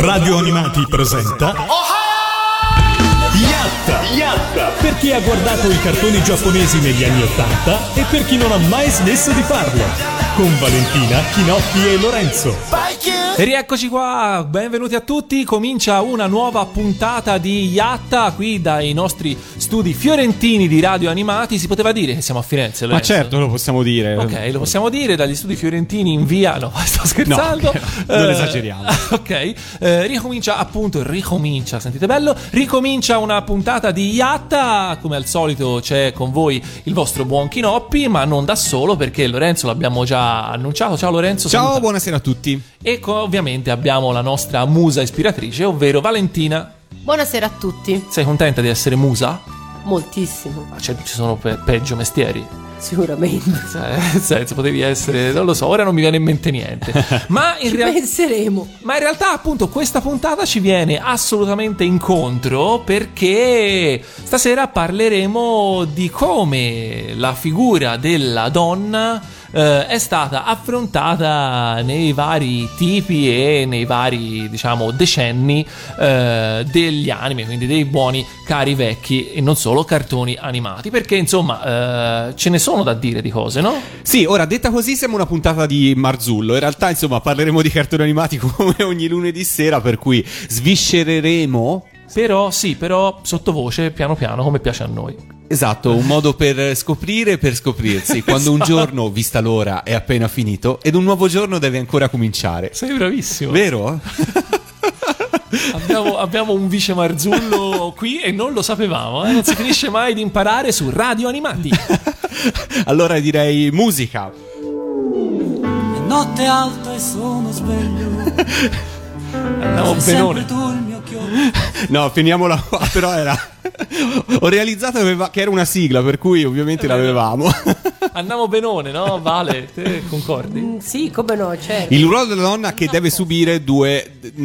Radio Animati presenta Yatta! Per chi ha guardato i cartoni giapponesi negli anni '80 e per chi non ha mai smesso di farlo, con Valentina, Chinoppi e Lorenzo. E rieccoci qua, benvenuti a tutti. Comincia una nuova puntata di Yatta qui dai nostri studi fiorentini di Radio Animati. Si poteva dire che siamo a Firenze, Lorenzo? Ma certo, lo possiamo dire. Ok, lo possiamo dire, dagli studi fiorentini in via. No, sto scherzando. No, non esageriamo. Ok, ricomincia, sentite bello. Ricomincia una puntata di Yatta. Come al solito c'è con voi il vostro buon Chinoppi, ma non da solo, perché Lorenzo l'abbiamo già annunciato. Ciao Lorenzo. Ciao, saluta. buonasera a tutti. E ovviamente abbiamo la nostra musa ispiratrice, ovvero Valentina. Buonasera a tutti. Sei contenta di essere musa? Moltissimo. Ma ci sono peggio mestieri? Sicuramente. Nel senso, potevi essere, non lo so, ora non mi viene in mente niente. Ma in penseremo. Ma in realtà, appunto, questa puntata ci viene assolutamente incontro, perché stasera parleremo di come la figura della donna è stata affrontata nei vari tipi e nei vari, diciamo, decenni degli anime, quindi dei buoni cari vecchi e non solo cartoni animati, perché insomma ce ne sono da dire di cose, no? Sì, ora detta così siamo una puntata di Marzullo. In realtà insomma parleremo di cartoni animati come ogni lunedì sera, per cui sviscereremo. Però sottovoce, piano piano, come piace a noi. Esatto, un modo per scoprire e per scoprirsi. Quando un giorno, vista l'ora, è appena finito ed un nuovo giorno deve ancora cominciare. Sei bravissimo. Vero? Abbiamo un vice Marzullo qui e non lo sapevamo, non si finisce mai di imparare su Radio Animati. Allora direi musica. È notte alta e sono sveglio. Andiamo benone. No, finiamola qua, però era... Ho realizzato che era una sigla, per cui ovviamente l'avevamo. Andiamo benone, no? Vale, te concordi? Sì, come no, certo. Il ruolo della donna che deve subire due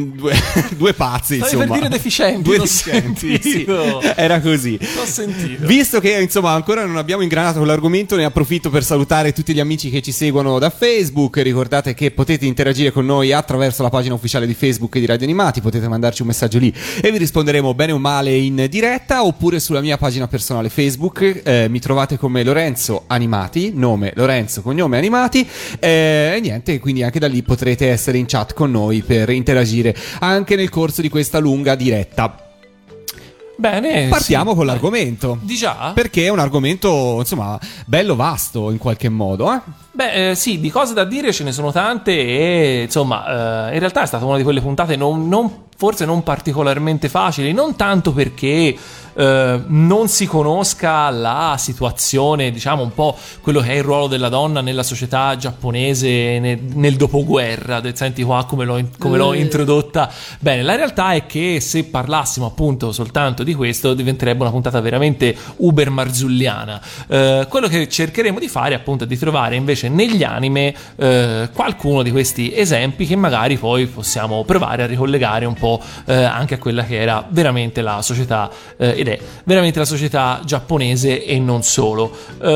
pazzi, Stavi insomma. per dire deficienti. Due deficienti, sì. Era così. L'ho sentito. Visto che, insomma, ancora non abbiamo ingranato con l'argomento, ne approfitto per salutare tutti gli amici che ci seguono da Facebook. Ricordate che potete interagire con noi attraverso la pagina ufficiale di Facebook di Radio Animati. Potete mandarci un messaggio lì e vi risponderemo bene o male in diretta, oppure sulla mia pagina personale Facebook. Mi trovate come Lorenzo Animati, nome Lorenzo, cognome Animati, e niente, quindi anche da lì potrete essere in chat con noi per interagire anche nel corso di questa lunga diretta. Bene, partiamo sì, con l'argomento. Di già? Perché è un argomento, insomma, bello vasto in qualche modo, eh? Beh, sì, di cose da dire ce ne sono tante e, insomma, in realtà è stata una di quelle puntate forse non particolarmente facili, non tanto perché non si conosca la situazione, diciamo un po' quello che è il ruolo della donna nella società giapponese nel dopoguerra. Senti qua come l'ho introdotta bene. La realtà è che se parlassimo appunto soltanto di questo diventerebbe una puntata veramente uber marzulliana. Quello che cercheremo di fare appunto è di trovare invece negli anime qualcuno di questi esempi che magari poi possiamo provare a ricollegare un po' anche a quella che era veramente la società ed è veramente la società giapponese e non solo.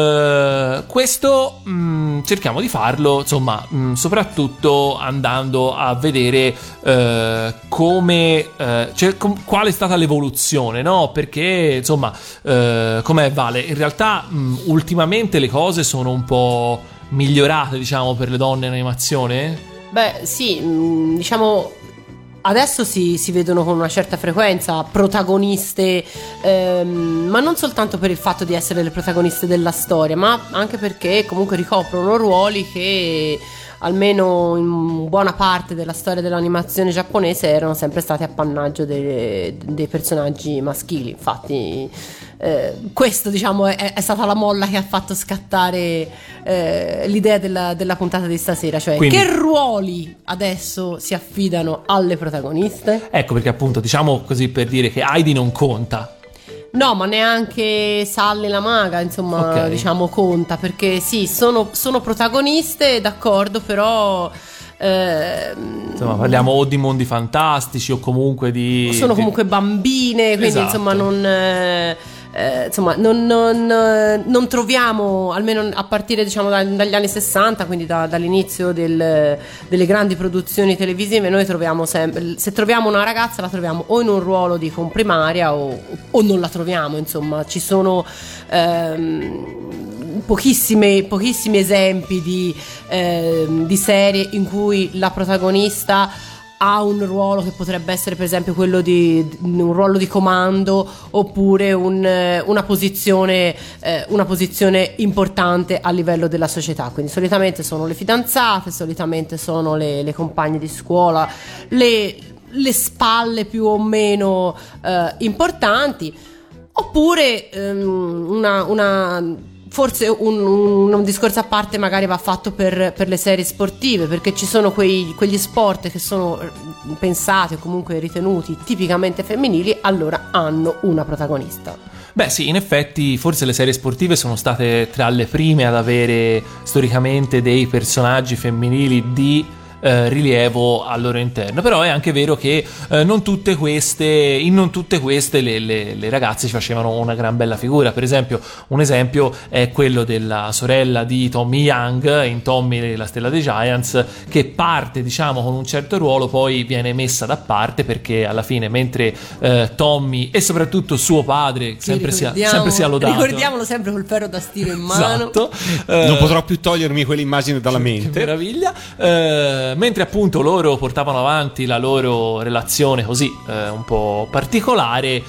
Questo cerchiamo di farlo, insomma, soprattutto andando a vedere quale è stata l'evoluzione, no? Perché insomma, com'è, Vale? In realtà ultimamente le cose sono un po' migliorate, diciamo, per le donne in animazione? Beh, sì, diciamo adesso si vedono con una certa frequenza protagoniste, ma non soltanto per il fatto di essere le protagoniste della storia, ma anche perché comunque ricoprono ruoli che almeno in buona parte della storia dell'animazione giapponese erano sempre stati appannaggio dei personaggi maschili. Infatti questo, diciamo, è stata la molla che ha fatto scattare l'idea della puntata di stasera, cioè quindi, che ruoli adesso si affidano alle protagoniste? Ecco perché appunto, diciamo così, per dire che Heidi non conta. No, ma neanche Sally la maga, insomma, okay, diciamo conta, perché sì, sono protagoniste, d'accordo, però insomma, parliamo o di mondi fantastici o comunque di... Sono comunque bambine, quindi esatto, insomma non... insomma non troviamo, almeno a partire diciamo dagli anni 60, quindi dall'inizio delle grandi produzioni televisive, noi troviamo sempre, se troviamo una ragazza la troviamo o in un ruolo di comprimaria o non la troviamo, insomma ci sono pochissimi esempi di serie in cui la protagonista ha un ruolo che potrebbe essere per esempio quello di un ruolo di comando, oppure una posizione importante a livello della società. Quindi solitamente sono le fidanzate, solitamente sono le compagne di scuola, le spalle più o meno importanti, oppure forse un discorso a parte magari va fatto per le serie sportive, perché ci sono quegli sport che sono pensati o comunque ritenuti tipicamente femminili, allora hanno una protagonista. Beh sì, in effetti forse le serie sportive sono state tra le prime ad avere storicamente dei personaggi femminili di rilievo al loro interno, però è anche vero che in non tutte queste le ragazze ci facevano una gran bella figura. Per esempio, un esempio è quello della sorella di Tommy Young in Tommy la stella dei Giants, che parte diciamo con un certo ruolo, poi viene messa da parte perché alla fine, mentre Tommy e soprattutto suo padre sempre sia lodato, ricordiamolo sempre col ferro da stiro in mano, esatto, non potrò più togliermi quell'immagine dalla mente. Che meraviglia. Mentre appunto loro portavano avanti la loro relazione così un po' particolare,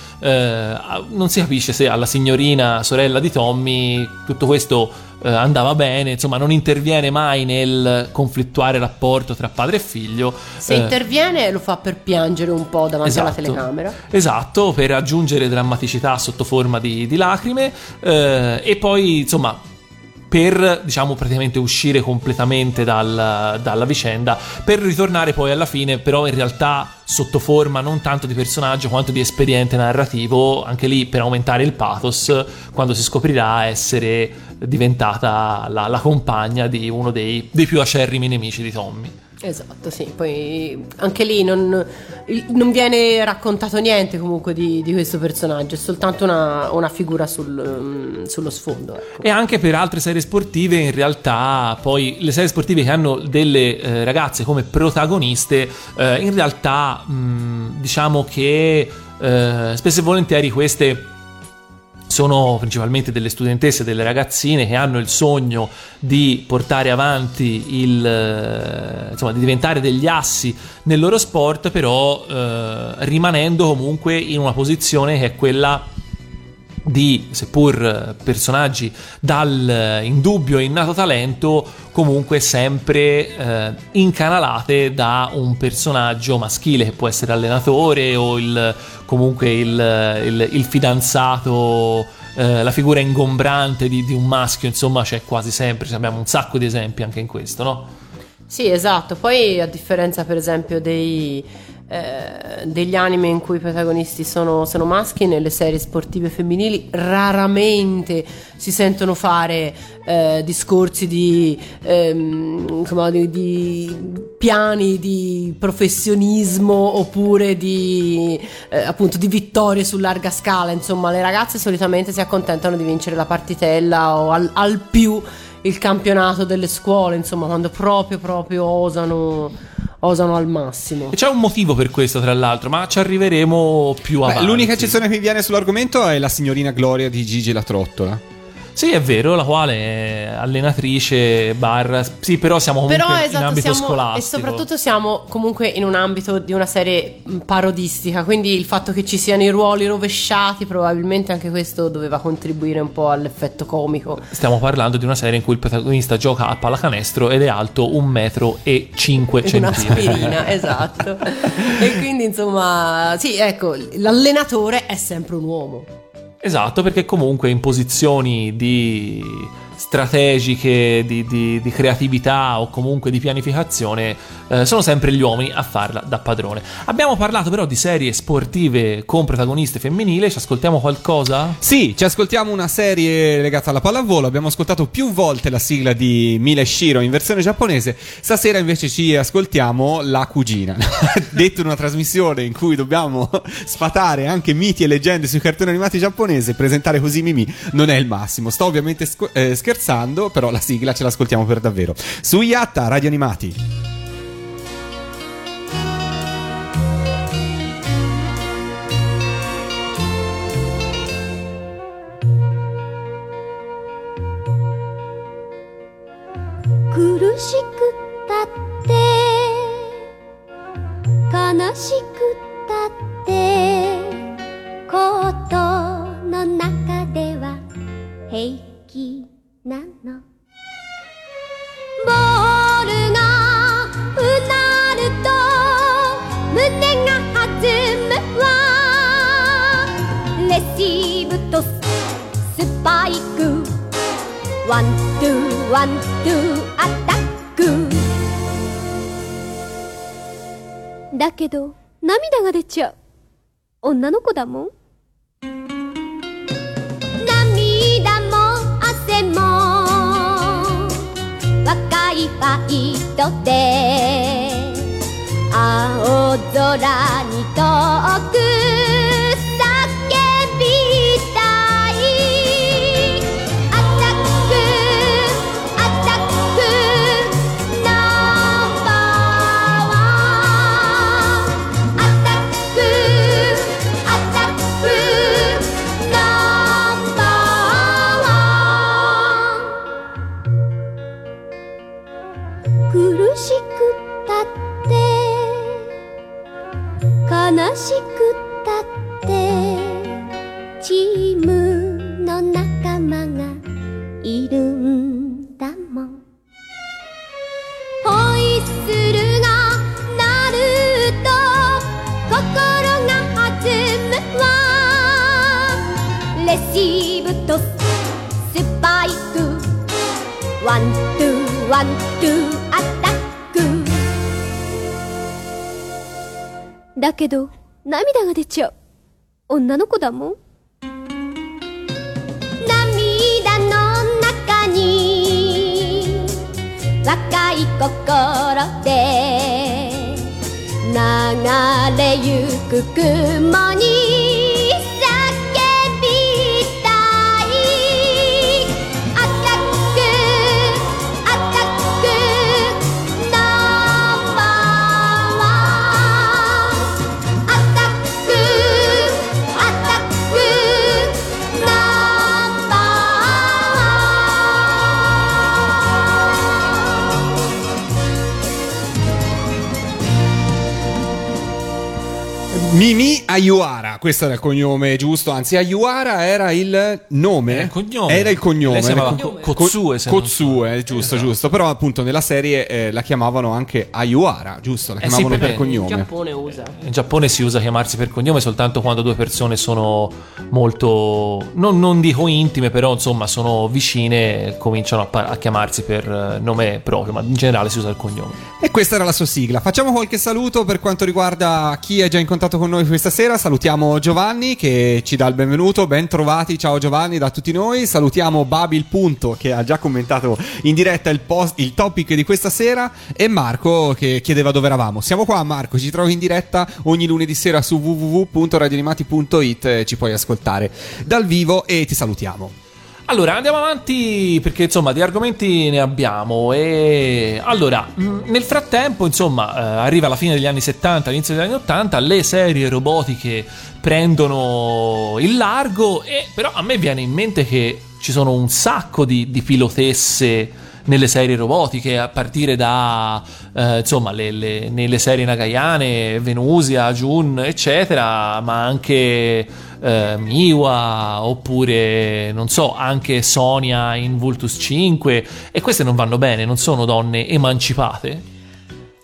non si capisce se alla signorina sorella di Tommy tutto questo andava bene, insomma non interviene mai nel conflittuare rapporto tra padre e figlio. Se interviene lo fa per piangere un po' davanti alla telecamera, esatto, per aggiungere drammaticità sotto forma di lacrime, e poi insomma per diciamo praticamente uscire completamente dalla vicenda, per ritornare poi alla fine però in realtà sotto forma non tanto di personaggio quanto di espediente narrativo, anche lì per aumentare il pathos, quando si scoprirà essere diventata la compagna di uno dei più acerrimi nemici di Tommy. Esatto, sì, poi anche lì non viene raccontato niente comunque di questo personaggio, è soltanto una figura sullo sfondo, ecco. E anche per altre serie sportive in realtà poi le serie sportive che hanno delle ragazze come protagoniste in realtà diciamo che spesso e volentieri queste sono principalmente delle studentesse, delle ragazzine che hanno il sogno di portare avanti insomma di diventare degli assi nel loro sport, però rimanendo comunque in una posizione che è quella di, seppur personaggi dal indubbio e innato talento, comunque sempre incanalate da un personaggio maschile che può essere allenatore o comunque il fidanzato, la figura ingombrante di un maschio, insomma c'è quasi sempre, abbiamo un sacco di esempi anche in questo, no? Sì, esatto. Poi a differenza per esempio degli anime in cui i protagonisti sono maschi, nelle serie sportive femminili raramente si sentono fare discorsi di piani di professionismo oppure appunto di vittorie su larga scala. Insomma, le ragazze solitamente si accontentano di vincere la partitella o al più il campionato delle scuole, insomma, quando proprio osano al massimo. E c'è un motivo per questo, tra l'altro, ma ci arriveremo più avanti. L'unica eccezione che mi viene sull'argomento è la signorina Gloria di Gigi la Trottola. Sì, è vero, la quale è allenatrice barra... Sì, però siamo comunque in ambito scolastico. E soprattutto siamo comunque in un ambito di una serie parodistica, quindi il fatto che ci siano i ruoli rovesciati probabilmente anche questo doveva contribuire un po' all'effetto comico. Stiamo parlando di una serie in cui il protagonista gioca a pallacanestro ed è alto 1,5 m. Una spirina, esatto. E quindi insomma, sì, ecco, l'allenatore è sempre un uomo. Esatto, perché comunque in posizioni di strategiche di creatività o comunque di pianificazione, sono sempre gli uomini a farla da padrone. Abbiamo parlato però di serie sportive con protagoniste femminili, ci ascoltiamo qualcosa? Sì, ci ascoltiamo una serie legata alla pallavolo. Abbiamo ascoltato più volte la sigla di Mila e Shiro in versione giapponese. Stasera invece ci ascoltiamo La Cugina. Detto in una trasmissione in cui dobbiamo sfatare anche miti e leggende sui cartoni animati giapponesi, presentare così Mimi non è il massimo. Sto ovviamente scherzando, però la sigla ce l'ascoltiamo per davvero. Su Yatta, Radio Animati. 苦しくたって悲しくたってコートの中では平気なのボールがうなると胸が弾むわレシーブとスパイクワンツーワンツーアタックだけど涙が出ちゃう女の子だもん涙も汗も若いファイトで青空に遠く叫びたいアタックアタックナンバーワンアタックアタックナンバーワン苦しくたって悲しくたってチームの仲間がいるんだもんホイッスルが鳴ると心が弾むわレシーブとスパイクワンツーワンツーアタックだけど涙が出ちゃう女の子だもん涙の中に若い心で流れゆく雲に叫びたいアタックアタックナンバーワンアタックアタックナンバ Mimi Ayuara, questo era il cognome giusto, anzi Ayuara era il nome? Era il cognome. Era il cognome. Lei si chiamava Kotsue, se non Kotsue, giusto, esatto. Giusto, però appunto nella serie la chiamavano anche Ayuara, giusto? La sì, chiamavano per perché in cognome. Giappone usa In Giappone si usa chiamarsi per cognome soltanto quando due persone sono molto, non dico intime, però insomma sono vicine, cominciano a chiamarsi per nome proprio, ma in generale si usa il cognome. E questa era la sua sigla. Facciamo qualche saluto per quanto riguarda chi è già in contatto con noi questa sera. Salutiamo Giovanni che ci dà il benvenuto, ben trovati, ciao Giovanni da tutti noi. Salutiamo Babil Punto che ha già commentato in diretta il topic di questa sera e Marco che chiedeva dove eravamo. Siamo qua Marco, ci trovi in diretta ogni lunedì sera su www.radioanimati.it, ci puoi ascoltare dal vivo e ti salutiamo. Allora, andiamo avanti perché insomma di argomenti ne abbiamo e allora, nel frattempo insomma arriva la fine degli anni 70, all'inizio degli anni 80, le serie robotiche prendono il largo e però a me viene in mente che ci sono un sacco di pilotesse nelle serie robotiche a partire da insomma nelle serie nagayane, Venusia, Jun eccetera, ma anche Miwa oppure non so anche Sonia in Vultus 5 e queste non vanno bene, non sono donne emancipate?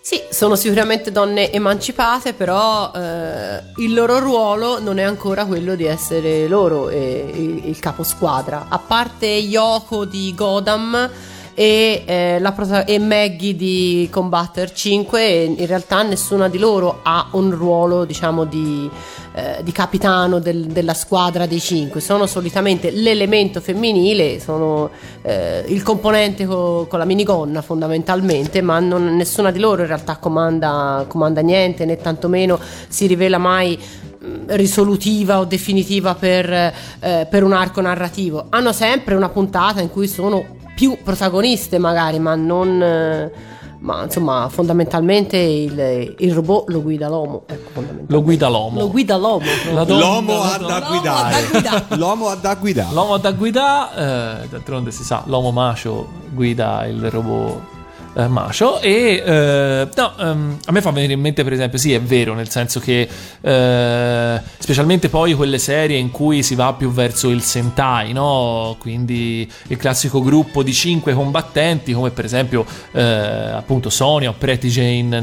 Sì, sono sicuramente donne emancipate, però il loro ruolo non è ancora quello di essere loro il caposquadra. A parte Yoko di Godam e Maggie di Combatter 5, in realtà nessuna di loro ha un ruolo, diciamo, di capitano della squadra dei 5. Sono solitamente l'elemento femminile, sono il componente con la minigonna fondamentalmente, ma nessuna di loro in realtà comanda niente, né tantomeno si rivela mai risolutiva o definitiva per un arco narrativo. Hanno sempre una puntata in cui sono più protagoniste magari, ma non... ma insomma fondamentalmente il robot lo guida l'uomo, ecco, lo guida l'uomo. L'uomo ha da guidare. L'uomo ha da guidare. L'uomo ha da guidare, d'altronde si sa, l'uomo macio guida il robot macio. E a me fa venire in mente, per esempio, sì, è vero, nel senso che specialmente poi quelle serie in cui si va più verso il Sentai, no? Quindi il classico gruppo di 5 combattenti, come per esempio appunto Sonya o Pretty Jane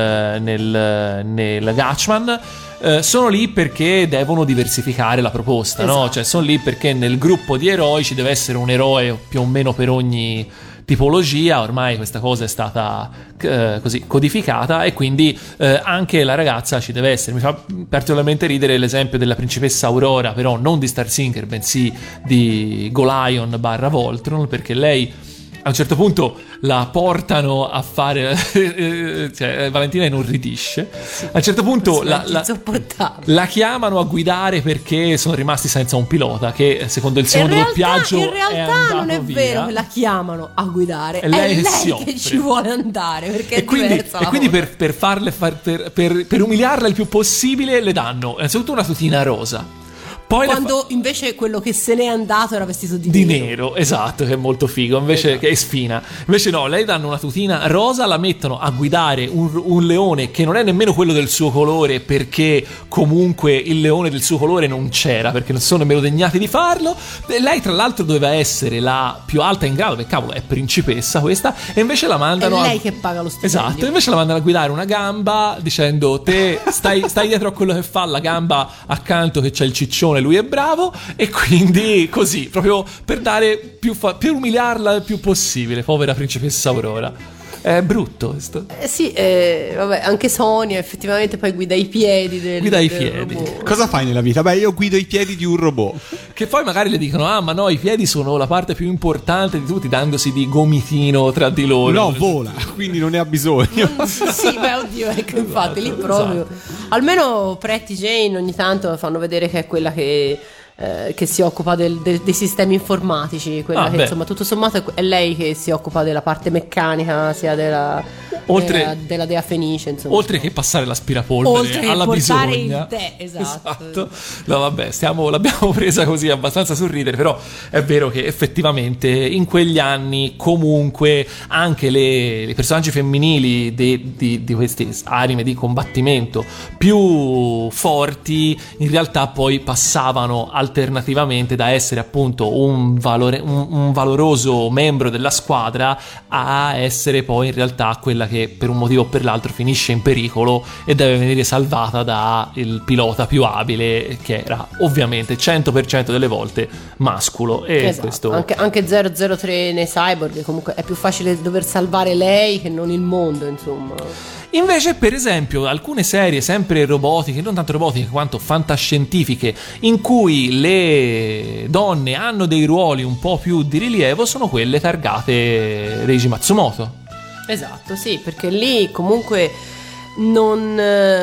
nel Gatchman. Sono lì perché devono diversificare la proposta, esatto. No? Cioè sono lì perché nel gruppo di eroi ci deve essere un eroe più o meno per ogni tipologia. Ormai questa cosa è stata così codificata, e quindi anche la ragazza ci deve essere. Mi fa particolarmente ridere l'esempio della principessa Aurora, però non di Star Singer, bensì di Golion / Voltron, perché lei a un certo punto la portano a fare cioè Valentina inorridisce. A un certo punto la chiamano a guidare perché sono rimasti senza un pilota, che secondo il secondo doppiaggio in realtà non è vero che la chiamano a guidare, è lei che ci vuole andare, perché è diversa. E quindi per umiliarla il più possibile le danno innanzitutto una tutina rosa. Poi quando invece quello che se n'è andato era vestito di nero, esatto, che è molto figo, invece esatto. Che è sfina. Invece no, lei danno una tutina rosa, la mettono a guidare un leone che non è nemmeno quello del suo colore, perché comunque il leone del suo colore non c'era, perché non sono nemmeno degnati di farlo. E lei tra l'altro doveva essere la più alta in grado, perché cavolo è principessa questa, e invece la mandano è lei che paga lo stipendio. Esatto, invece la mandano a guidare una gamba dicendo te stai dietro a quello che fa la gamba accanto che c'è il ciccione, lui è bravo, e quindi così proprio per dare per umiliarla il più possibile, povera principessa Aurora. È brutto questo. Sì, vabbè, anche Sonia effettivamente poi guida i piedi del robot. Cosa fai nella vita? Beh, io guido i piedi di un robot. Che poi magari le dicono ma no, i piedi sono la parte più importante di tutti, dandosi di gomitino tra di loro. No, vola, quindi non ne ha bisogno. Sì, beh, oddio, ecco, infatti lì proprio almeno Pretty Jane ogni tanto fanno vedere che è quella che si occupa dei sistemi informatici, quella che insomma tutto sommato è lei che si occupa della parte meccanica sia della dea Fenice, insomma. Oltre che passare l'aspirapolvere alla bisogna, il tè, esatto. No vabbè, l'abbiamo presa così abbastanza sul ridere, però è vero che effettivamente in quegli anni comunque anche le personaggi femminili di questi anime di combattimento più forti in realtà poi passavano alternativamente da essere appunto un valoroso membro della squadra a essere poi in realtà quella che per un motivo o per l'altro finisce in pericolo e deve venire salvata da il pilota più abile, che era ovviamente 100% delle volte masculo. E esatto. Questo anche 003 nei Cyborg comunque è più facile dover salvare lei che non il mondo, insomma. Invece, per esempio, alcune serie sempre robotiche, non tanto robotiche quanto fantascientifiche, in cui le donne hanno dei ruoli un po' più di rilievo, sono quelle targate Reiji Matsumoto. Esatto, sì, perché lì comunque non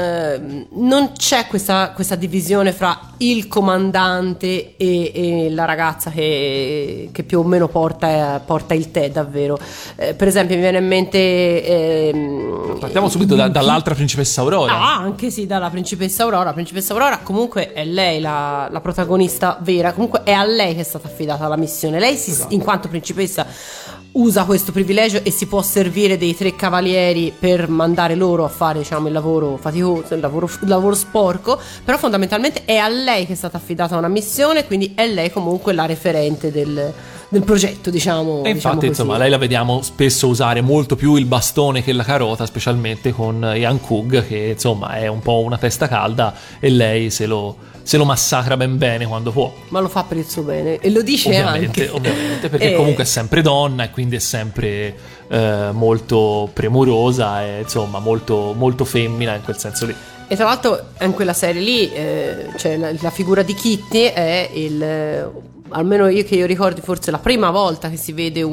c'è questa divisione fra il comandante e la ragazza che più o meno porta il tè davvero. Per esempio mi viene in mente partiamo subito dall'altra principessa Aurora. Anche sì, dalla principessa Aurora. La principessa Aurora comunque è lei la protagonista vera, comunque è a lei che è stata affidata la missione. Lei esatto. In quanto principessa usa questo privilegio e si può servire dei 3 cavalieri per mandare loro a fare, diciamo, il lavoro faticoso, il lavoro sporco, però fondamentalmente è a lei che è stata affidata una missione, quindi è lei comunque la referente del progetto, diciamo. E infatti, così. insomma, lei la vediamo spesso usare molto più il bastone che la carota, specialmente con Ian Coog, che insomma è un po' una testa calda, e lei se lo massacra ben bene quando può. Ma lo fa per il suo bene, e lo dice Ovviamente, anche. ovviamente, perché comunque è sempre donna e quindi è sempre molto premurosa e insomma molto, molto femmina in quel senso lì. E tra l'altro in quella serie lì cioè la figura di Kitty è almeno io ricordi, forse la prima volta che si vede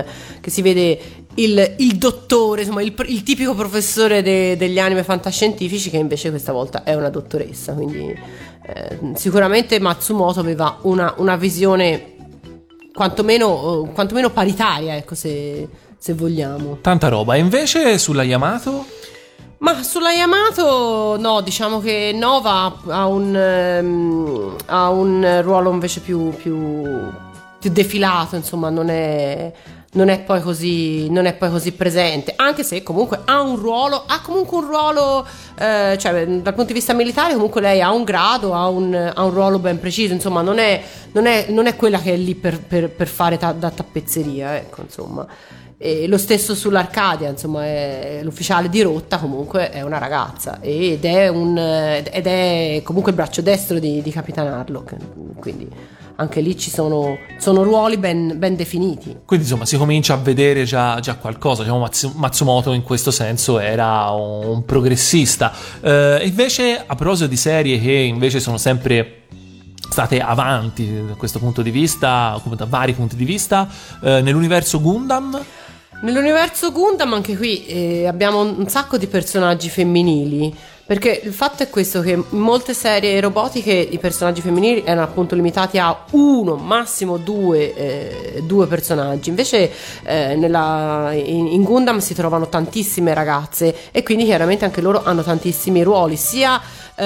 il dottore, insomma il tipico professore degli anime fantascientifici, che invece questa volta è una dottoressa, quindi sicuramente Matsumoto aveva una visione quantomeno paritaria, ecco, se vogliamo. Tanta roba. E invece sulla Yamato? Ma sulla Yamato no, diciamo che Nova ha un ruolo invece più defilato, insomma, non è poi così presente, anche se comunque ha comunque un ruolo, cioè dal punto di vista militare comunque lei ha un grado, ha un ruolo ben preciso, insomma non è quella che è lì per fare da tappezzeria, ecco, insomma. E lo stesso sull'Arcadia, insomma, l'ufficiale di rotta comunque è una ragazza ed è comunque il braccio destro di Capitan Harlock, quindi anche lì ci sono ruoli ben definiti. Quindi insomma si comincia a vedere già qualcosa, diciamo. Matsumoto in questo senso era un progressista. Invece, a proposito di serie che invece sono sempre state avanti da questo punto di vista, come da vari punti di vista, nell'universo Gundam anche qui abbiamo un sacco di personaggi femminili, perché il fatto è questo, che in molte serie robotiche i personaggi femminili erano appunto limitati a uno, massimo due personaggi, invece in Gundam si trovano tantissime ragazze, e quindi chiaramente anche loro hanno tantissimi ruoli, sia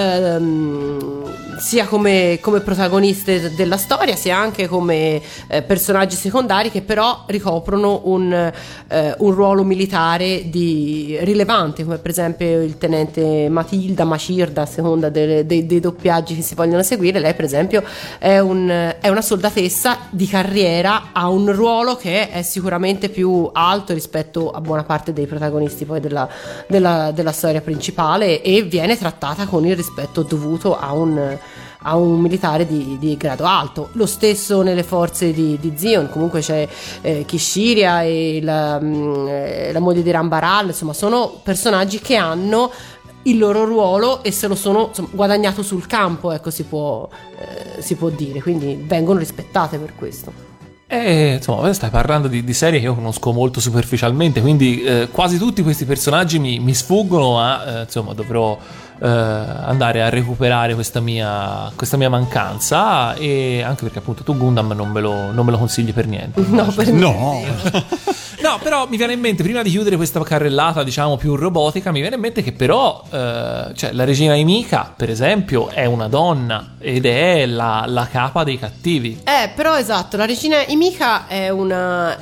come protagoniste della storia, sia anche come personaggi secondari, che però ricoprono un ruolo militare rilevante, come per esempio il tenente Macirda, a seconda dei doppiaggi che si vogliono seguire. Lei per esempio è una soldatessa di carriera, ha un ruolo che è sicuramente più alto rispetto a buona parte dei protagonisti poi della storia principale, e viene trattata con il rispetto dovuto a un militare di grado alto. Lo stesso nelle forze di Zion, comunque c'è Kishiria e la moglie di Rambaral, insomma sono personaggi che hanno il loro ruolo e se lo sono, insomma, guadagnato sul campo, ecco, si può dire, quindi vengono rispettate per questo. Insomma, stai parlando di serie che io conosco molto superficialmente, quindi quasi tutti questi personaggi mi sfuggono, ma insomma dovrò andare a recuperare questa mia mancanza, e anche perché appunto tu Gundam non me lo consigli per niente. No, per niente. No, però mi viene in mente, prima di chiudere questa carrellata diciamo più robotica, mi viene in mente che però cioè, la regina Emika per esempio è una donna ed è la capa dei cattivi. Però esatto, la regina Emika è una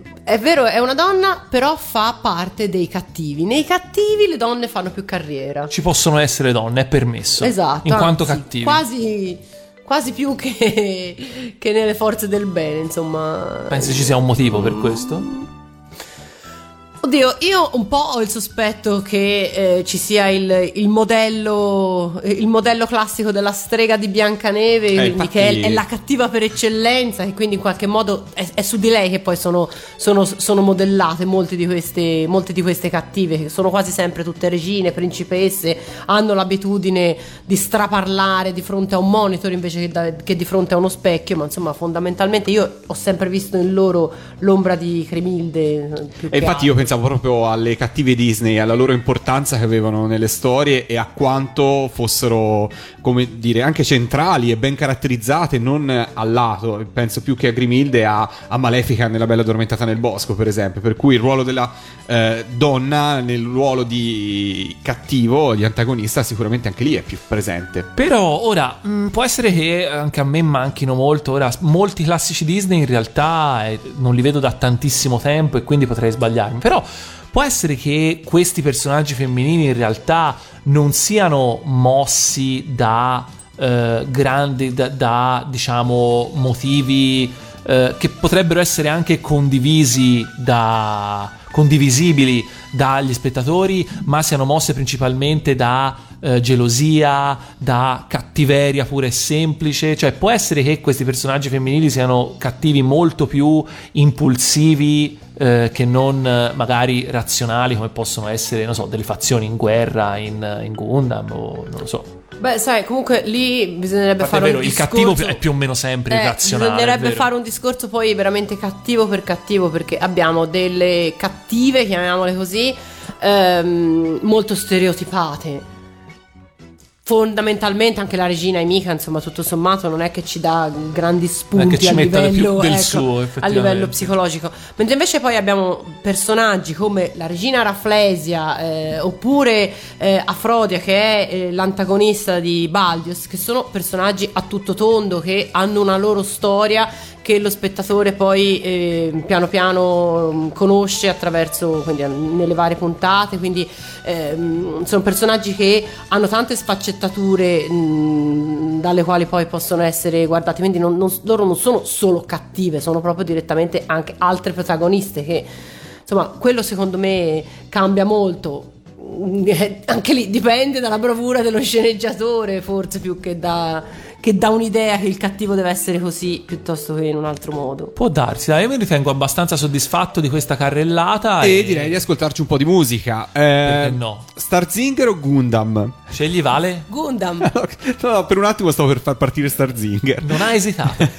donna, però fa parte dei cattivi. Nei cattivi le donne fanno più carriera. Ci possono essere donne, è permesso. Esatto. In quanto anzi, cattivi. Quasi più che nelle forze del bene, insomma. Pensi ci sia un motivo per questo? Oddio, io un po' ho il sospetto che ci sia il modello classico della strega di Biancaneve, quindi che è la cattiva per eccellenza, e quindi in qualche modo è su di lei che poi sono modellate molte di queste cattive, che sono quasi sempre tutte regine, principesse, hanno l'abitudine di straparlare di fronte a un monitor invece che di fronte a uno specchio, ma insomma fondamentalmente io ho sempre visto in loro l'ombra di Cremilde. E infatti io pensavo proprio alle cattive Disney, alla loro importanza che avevano nelle storie e a quanto fossero, come dire, anche centrali e ben caratterizzate, non al lato. Penso più che a Grimilde a Malefica nella Bella Addormentata nel Bosco, per esempio, per cui il ruolo della donna nel ruolo di cattivo, di antagonista, sicuramente anche lì è più presente. Però ora può essere che anche a me manchino molto. Ora molti classici Disney in realtà non li vedo da tantissimo tempo e quindi potrei sbagliarmi, però può essere che questi personaggi femminili in realtà non siano mossi da grandi, da diciamo motivi che potrebbero essere anche condivisibili dagli spettatori, ma siano mosse principalmente da gelosia, da cattiveria pura e semplice. Cioè può essere che questi personaggi femminili siano cattivi molto più impulsivi che non magari razionali, come possono essere, non so, delle fazioni in guerra in Gundam, o non lo so. Beh, sai, comunque lì bisognerebbe fare un discorso. Il cattivo è più o meno sempre irrazionale. Bisognerebbe fare un discorso poi veramente cattivo per cattivo, perché abbiamo delle cattive, chiamiamole così, molto stereotipate. Fondamentalmente anche la regina Emika, insomma, tutto sommato non è che ci dà grandi spunti a livello, a livello psicologico, mentre invece poi abbiamo personaggi come la regina Raflesia, oppure Afrodia, che è l'antagonista di Baldios, che sono personaggi a tutto tondo, che hanno una loro storia che lo spettatore poi piano piano conosce attraverso, quindi nelle varie puntate, quindi sono personaggi che hanno tante sfaccettature dalle quali poi possono essere guardati, quindi loro non sono solo cattive, sono proprio direttamente anche altre protagoniste, che insomma quello secondo me cambia molto. Anche lì dipende dalla bravura dello sceneggiatore, forse, più che da un'idea che il cattivo deve essere così piuttosto che in un altro modo. Può darsi, dai, io mi ritengo abbastanza soddisfatto di questa carrellata e direi di ascoltarci un po' di musica. Perché no? Starzinger o Gundam? Scegli, Vale? Gundam. No, per un attimo stavo per far partire Starzinger. Non ha esitato.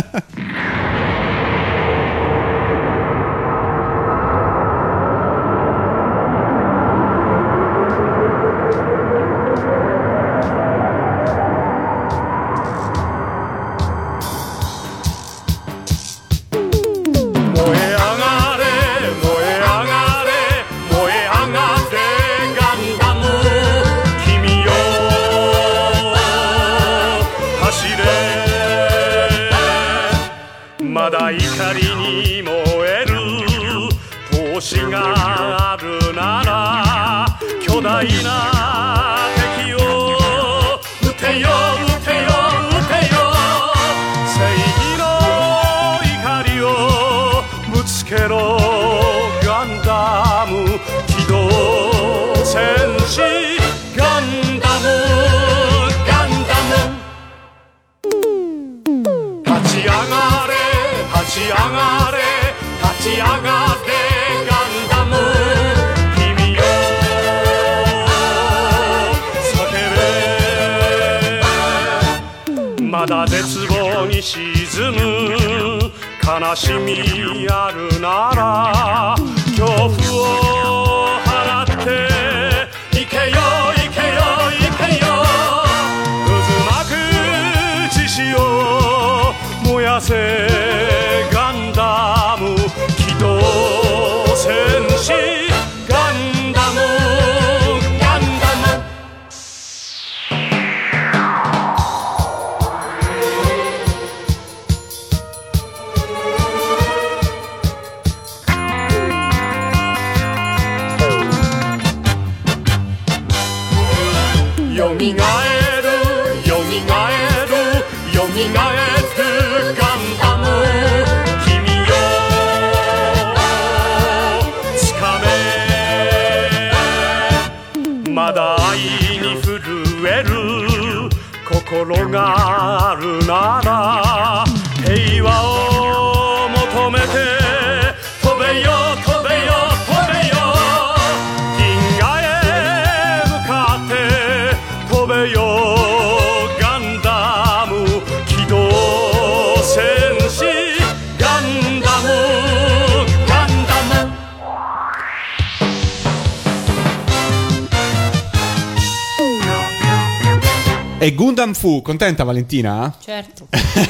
E Gundam fu, contenta Valentina? Certo.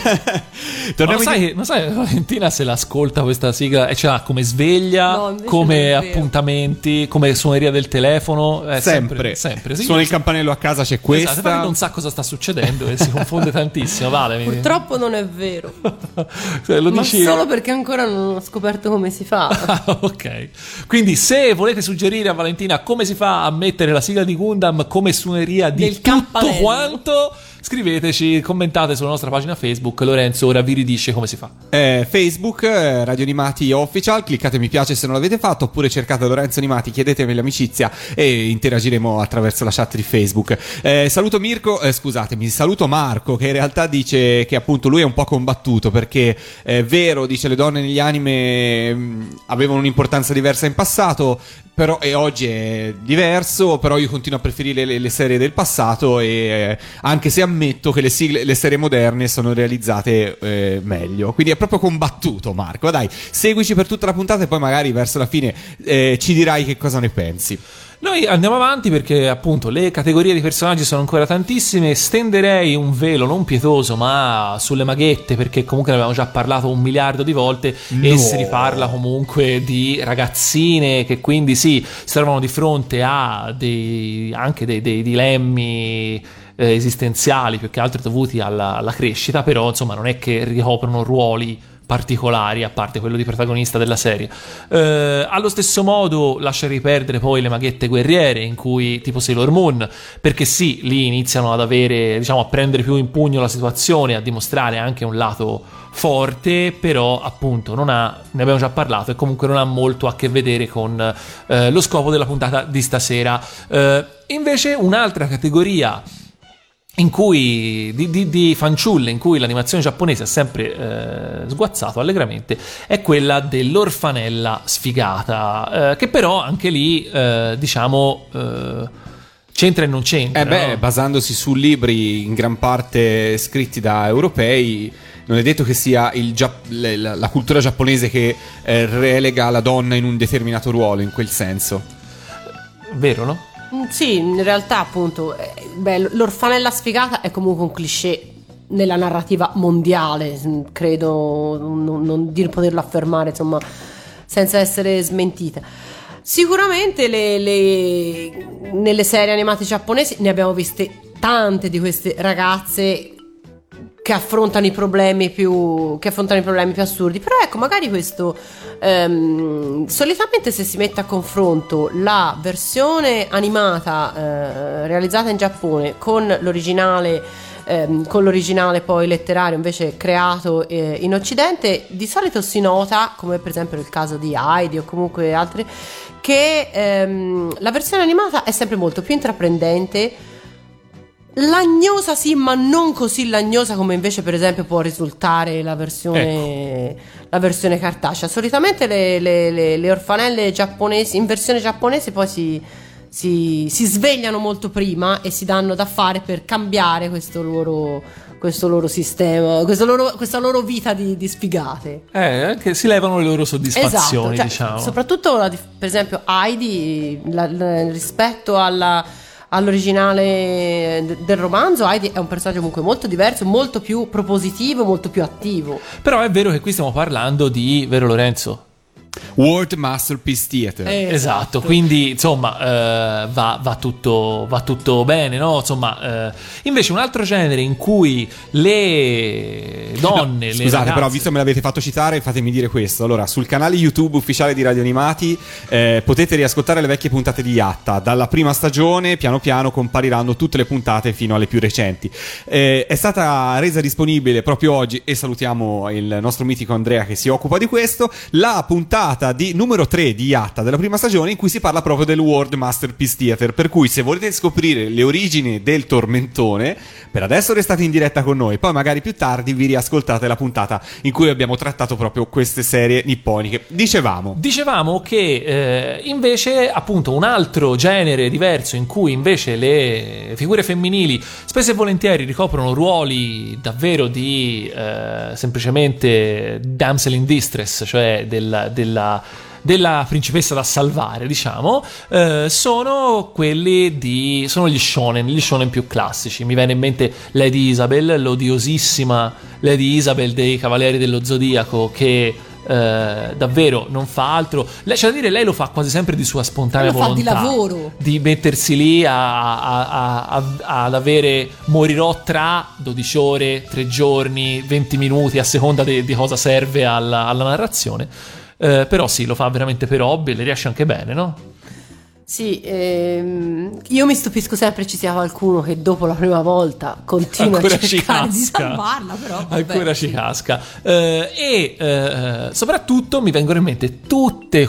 Non sai, Valentina se l'ascolta questa sigla e ce l'ha come sveglia, come appuntamenti, come suoneria del telefono, sempre. Sì, suona il campanello a casa, c'è questa. Esatto, non sa cosa sta succedendo e si confonde tantissimo. Vale, purtroppo non è vero. Lo ma dici... solo perché ancora non ho scoperto come si fa. Ok. Quindi se volete suggerire a Valentina come si fa a mettere la sigla di Gundam come suoneria di tutto quanto, scriveteci, commentate sulla nostra pagina Facebook. Lorenzo ora vi ridice come si fa. Facebook, Radio Animati Official, cliccate mi piace se non l'avete fatto, oppure cercate Lorenzo Animati, chiedetemi l'amicizia e interagiremo attraverso la chat di Facebook. Saluto Marco, che in realtà dice che appunto lui è un po' combattuto, perché è vero, dice, le donne negli anime avevano un'importanza diversa in passato, però e oggi è diverso, però io continuo a preferire le serie del passato, e anche se ammetto che le serie moderne sono realizzate meglio. Quindi è proprio combattuto Marco. Dai, seguici per tutta la puntata e poi magari verso la fine ci dirai che cosa ne pensi. Noi andiamo avanti perché appunto le categorie di personaggi sono ancora tantissime. Stenderei un velo non pietoso ma sulle maghette, perché comunque ne abbiamo già parlato 1 miliardo di volte. E si riparla comunque di ragazzine che quindi si trovano di fronte a anche dei dilemmi esistenziali, più che altro dovuti alla crescita, però insomma non è che ricoprono ruoli particolari a parte quello di protagonista della serie. Allo stesso modo lascerei perdere poi le maghette guerriere, in cui tipo Sailor Moon, perché sì, lì iniziano ad avere, diciamo, a prendere più in pugno la situazione, a dimostrare anche un lato forte, però appunto ne abbiamo già parlato, e comunque non ha molto a che vedere con lo scopo della puntata di stasera. Invece un'altra categoria in cui di fanciulle in cui l'animazione giapponese ha sempre sguazzato allegramente è quella dell'orfanella sfigata, che però anche lì diciamo c'entra e non c'entra, no? Basandosi su libri in gran parte scritti da europei, non è detto che sia la cultura giapponese che relega la donna in un determinato ruolo, in quel senso. Vero, no? Sì, in realtà appunto l'orfanella sfigata è comunque un cliché nella narrativa mondiale, credo non di poterlo affermare, insomma, senza essere smentita. Sicuramente nelle serie animate giapponesi ne abbiamo viste tante di queste ragazze che affrontano i problemi più assurdi, però ecco, magari questo solitamente se si mette a confronto la versione animata realizzata in Giappone con l'originale poi letterario invece creato in Occidente, di solito si nota, come per esempio nel caso di Heidi o comunque altri, che la versione animata è sempre molto più intraprendente, lagnosa sì, ma non così lagnosa come invece per esempio può risultare la versione cartacea. Solitamente le orfanelle giapponesi in versione giapponese poi si svegliano molto prima e si danno da fare per cambiare questo loro sistema, questa loro vita di sfigate, che si levano le loro soddisfazioni, esatto, diciamo. Soprattutto per esempio Heidi, rispetto all'originale del romanzo, Heidi è un personaggio comunque molto diverso, molto più propositivo, molto più attivo. Però è vero che qui stiamo parlando di, vero Lorenzo? World Masterpiece Theater. Esatto, quindi insomma va tutto bene, no? Insomma, invece un altro genere in cui le donne, le scusate, ragazze... però visto che me l'avete fatto citare, fatemi dire questo. Allora, sul canale YouTube ufficiale di Radio Animati potete riascoltare le vecchie puntate di Yatta. Dalla prima stagione piano piano compariranno tutte le puntate fino alle più recenti. È stata resa disponibile proprio oggi, e salutiamo il nostro mitico Andrea che si occupa di questo, la puntata di numero 3 di Yatta della prima stagione, in cui si parla proprio del World Masterpiece Theater. Per cui se volete scoprire le origini del tormentone, per adesso restate in diretta con noi, poi magari più tardi vi riascoltate la puntata in cui abbiamo trattato proprio queste serie nipponiche. Dicevamo che invece appunto un altro genere diverso in cui invece le figure femminili spesso e volentieri ricoprono ruoli davvero di semplicemente damsel in distress, cioè della principessa da salvare, diciamo, sono gli shonen più classici. Mi viene in mente Lady Isabel, l'odiosissima Lady Isabel dei Cavalieri dello Zodiaco, che davvero non fa altro. C'è da dire, lei lo fa quasi sempre di sua spontanea volontà, di lavoro, di mettersi lì ad avere morirò tra 12 ore, 3 giorni, 20 minuti, a seconda di cosa serve alla narrazione. Però sì, lo fa veramente per hobby e le riesce anche bene, no? Sì, io mi stupisco sempre ci sia qualcuno che dopo la prima volta continua Ancora a cercare di ci casca. salvarla, però vabbè. Ancora ci casca. Soprattutto mi vengono in mente tutte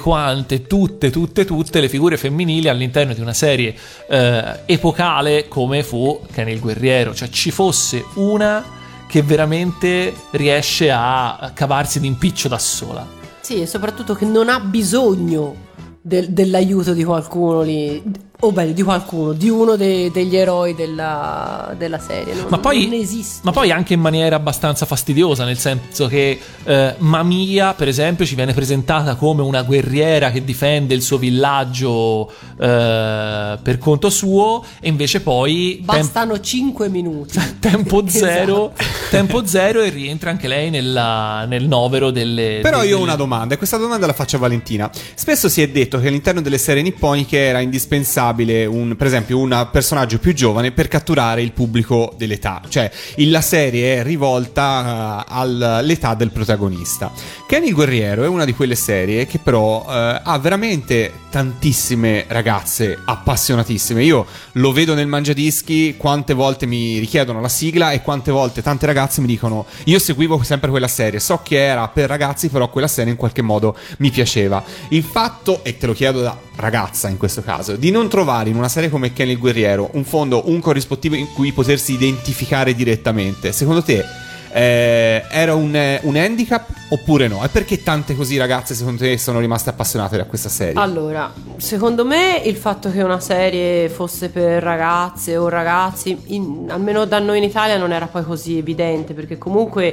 le figure femminili all'interno di una serie epocale come fu Ken il Guerriero. Cioè ci fosse una che veramente riesce a cavarsi d'impiccio da sola. Sì, e soprattutto che non ha bisogno dell'aiuto di qualcuno lì, o meglio di qualcuno, di uno degli eroi della serie. Non esiste. Ma poi anche in maniera abbastanza fastidiosa, nel senso che Mamiya, per esempio, ci viene presentata come una guerriera che difende il suo villaggio per conto suo, e invece poi bastano 5 minuti. Tempo zero, Esatto. tempo zero, e rientra anche lei nel novero delle. Però io ho una domanda, e questa domanda la faccio a Valentina. Spesso si è detto che all'interno delle serie nipponiche era indispensabile per esempio un personaggio più giovane per catturare il pubblico dell'età, cioè la serie è rivolta all'età del protagonista. Ken il Guerriero è una di quelle serie che però ha veramente tantissime ragazze appassionatissime. Io lo vedo nel mangiadischi, quante volte mi richiedono la sigla e quante volte tante ragazze mi dicono: io seguivo sempre quella serie, so che era per ragazzi, però quella serie in qualche modo mi piaceva. Il fatto, e te lo chiedo da ragazza in questo caso, di non trovare in una serie come Ken il Guerriero un corrispettivo in cui potersi identificare direttamente, secondo te era un handicap oppure no? E perché tante così ragazze secondo te sono rimaste appassionate da questa serie? Allora, secondo me il fatto che una serie fosse per ragazze o ragazzi, almeno da noi in Italia, non era poi così evidente, perché comunque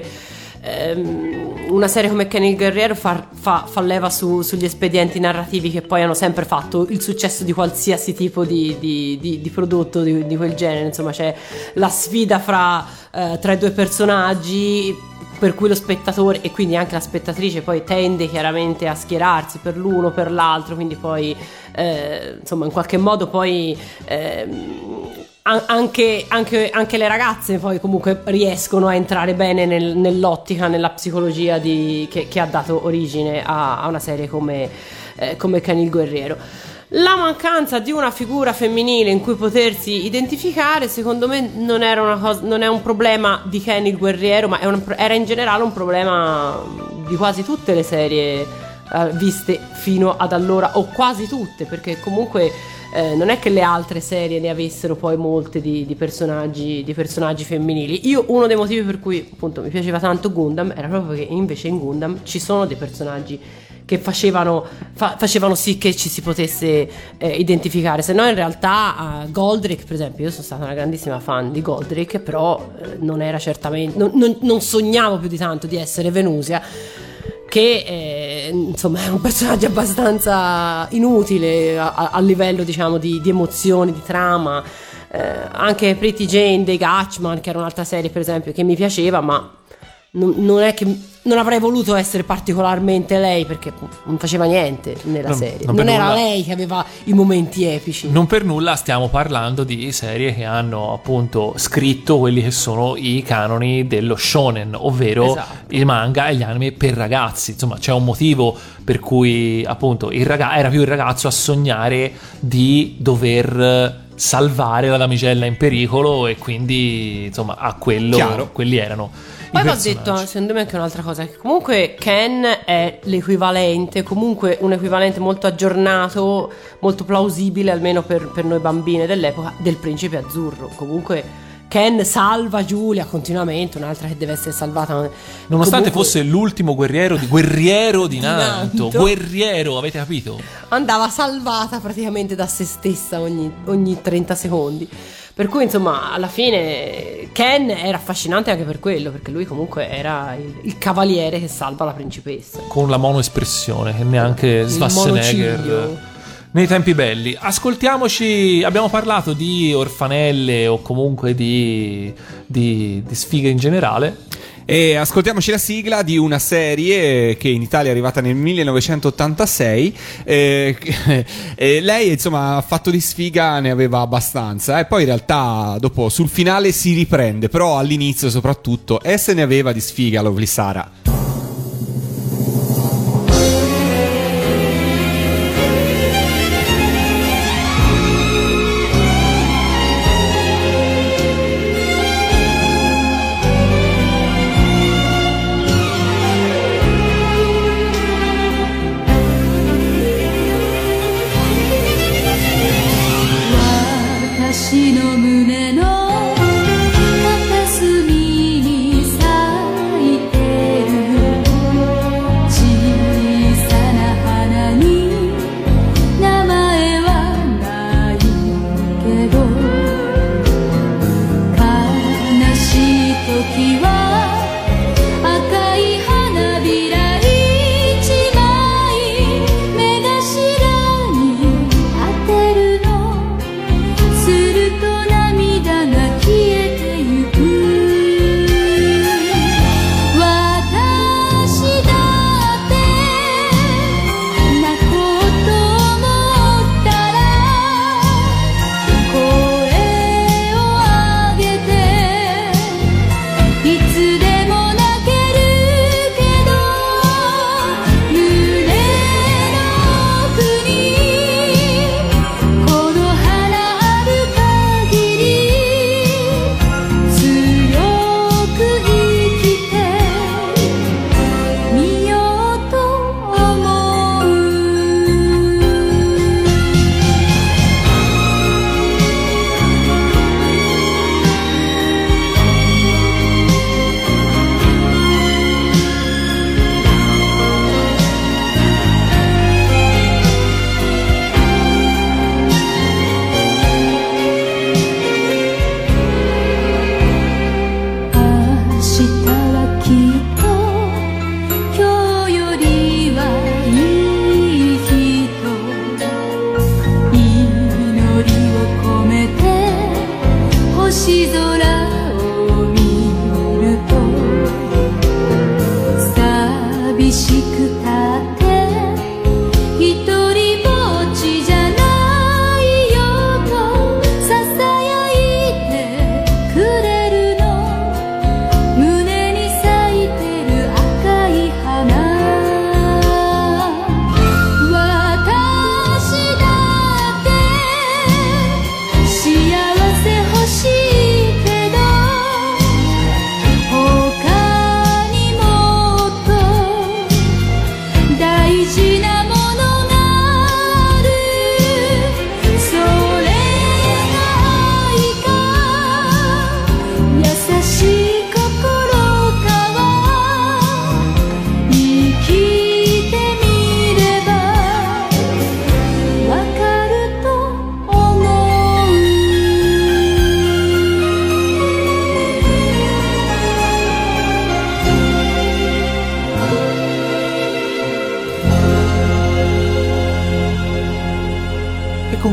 una serie come Ken il Guerriero fa leva sugli espedienti narrativi che poi hanno sempre fatto il successo di qualsiasi tipo di prodotto di quel genere. Insomma, c'è la sfida tra i due personaggi, per cui lo spettatore e quindi anche la spettatrice poi tende chiaramente a schierarsi per l'uno o per l'altro, quindi poi insomma in qualche modo poi anche le ragazze poi comunque riescono a entrare bene nell'ottica, nella psicologia che ha dato origine a una serie come Ken il Guerriero. La mancanza di una figura femminile in cui potersi identificare, secondo me, non è un problema di Ken il Guerriero, ma era in generale un problema di quasi tutte le serie viste fino ad allora, o quasi tutte, perché comunque non è che le altre serie ne avessero poi molte di personaggi femminili. Io uno dei motivi per cui appunto mi piaceva tanto Gundam era proprio che invece in Gundam ci sono dei personaggi che facevano sì che ci si potesse identificare. Se no in realtà Goldrake, per esempio, io sono stata una grandissima fan di Goldrake, però non era certamente non sognavo più di tanto di essere Venusia, che insomma è un personaggio abbastanza inutile a livello, diciamo, di emozioni, di trama. Anche Pretty Jane dei Gatchman, che era un'altra serie per esempio che mi piaceva, ma non è che non avrei voluto essere particolarmente lei, perché non faceva niente nella serie, non era lei che aveva i momenti epici. Non per nulla stiamo parlando di serie che hanno appunto scritto quelli che sono i canoni dello shonen, ovvero esatto, il manga e gli anime per ragazzi. Insomma, c'è un motivo per cui appunto era più il ragazzo a sognare di dover salvare la damigella in pericolo, e quindi insomma a quelli erano. Poi va detto, secondo me, anche un'altra cosa, che comunque Ken è l'equivalente, comunque un equivalente molto aggiornato, molto plausibile, almeno per noi bambine dell'epoca, del Principe Azzurro. Comunque Ken salva Giulia continuamente, un'altra che deve essere salvata. Nonostante fosse l'ultimo guerriero di Nanto. Guerriero, avete capito? Andava salvata praticamente da se stessa ogni 30 secondi. Per cui insomma alla fine Ken era affascinante anche per quello, perché lui comunque era il cavaliere che salva la principessa. Con la monoespressione, che neanche Schwarzenegger nei tempi belli. Ascoltiamoci, abbiamo parlato di orfanelle o comunque di sfighe in generale. E ascoltiamoci la sigla di una serie che in Italia è arrivata nel 1986. Lei insomma ha fatto di sfiga, ne aveva abbastanza, e poi in realtà dopo sul finale si riprende, però all'inizio soprattutto se ne aveva di sfiga Lovely Sara.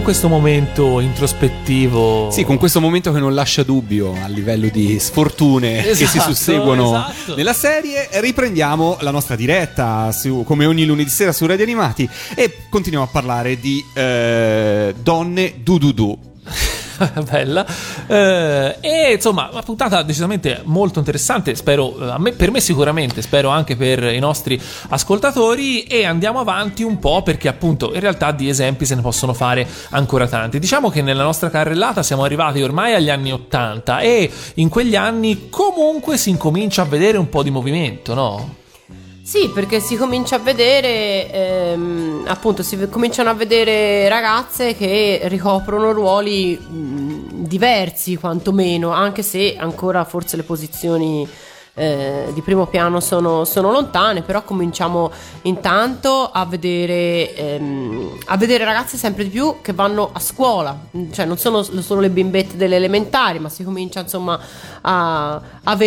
questo momento introspettivo. Sì, con questo momento che non lascia dubbio a livello di sfortune che si susseguono nella serie, riprendiamo la nostra diretta come ogni lunedì sera su Radio Animati e continuiamo a parlare di donne du. Bella. E insomma, una puntata decisamente molto interessante, spero, per me sicuramente, spero anche per i nostri ascoltatori, e andiamo avanti un po' perché appunto in realtà di esempi se ne possono fare ancora tanti. Diciamo che nella nostra carrellata siamo arrivati ormai agli anni 80 e in quegli anni comunque si incomincia a vedere un po' di movimento, no? Sì, perché si comincia a vedere, appunto, cominciano a vedere ragazze che ricoprono ruoli diversi, quantomeno, anche se ancora forse le posizioni di primo piano sono lontane, però cominciamo intanto a vedere ragazze sempre di più che vanno a scuola, cioè non sono solo le bimbette delle elementari, ma si comincia insomma a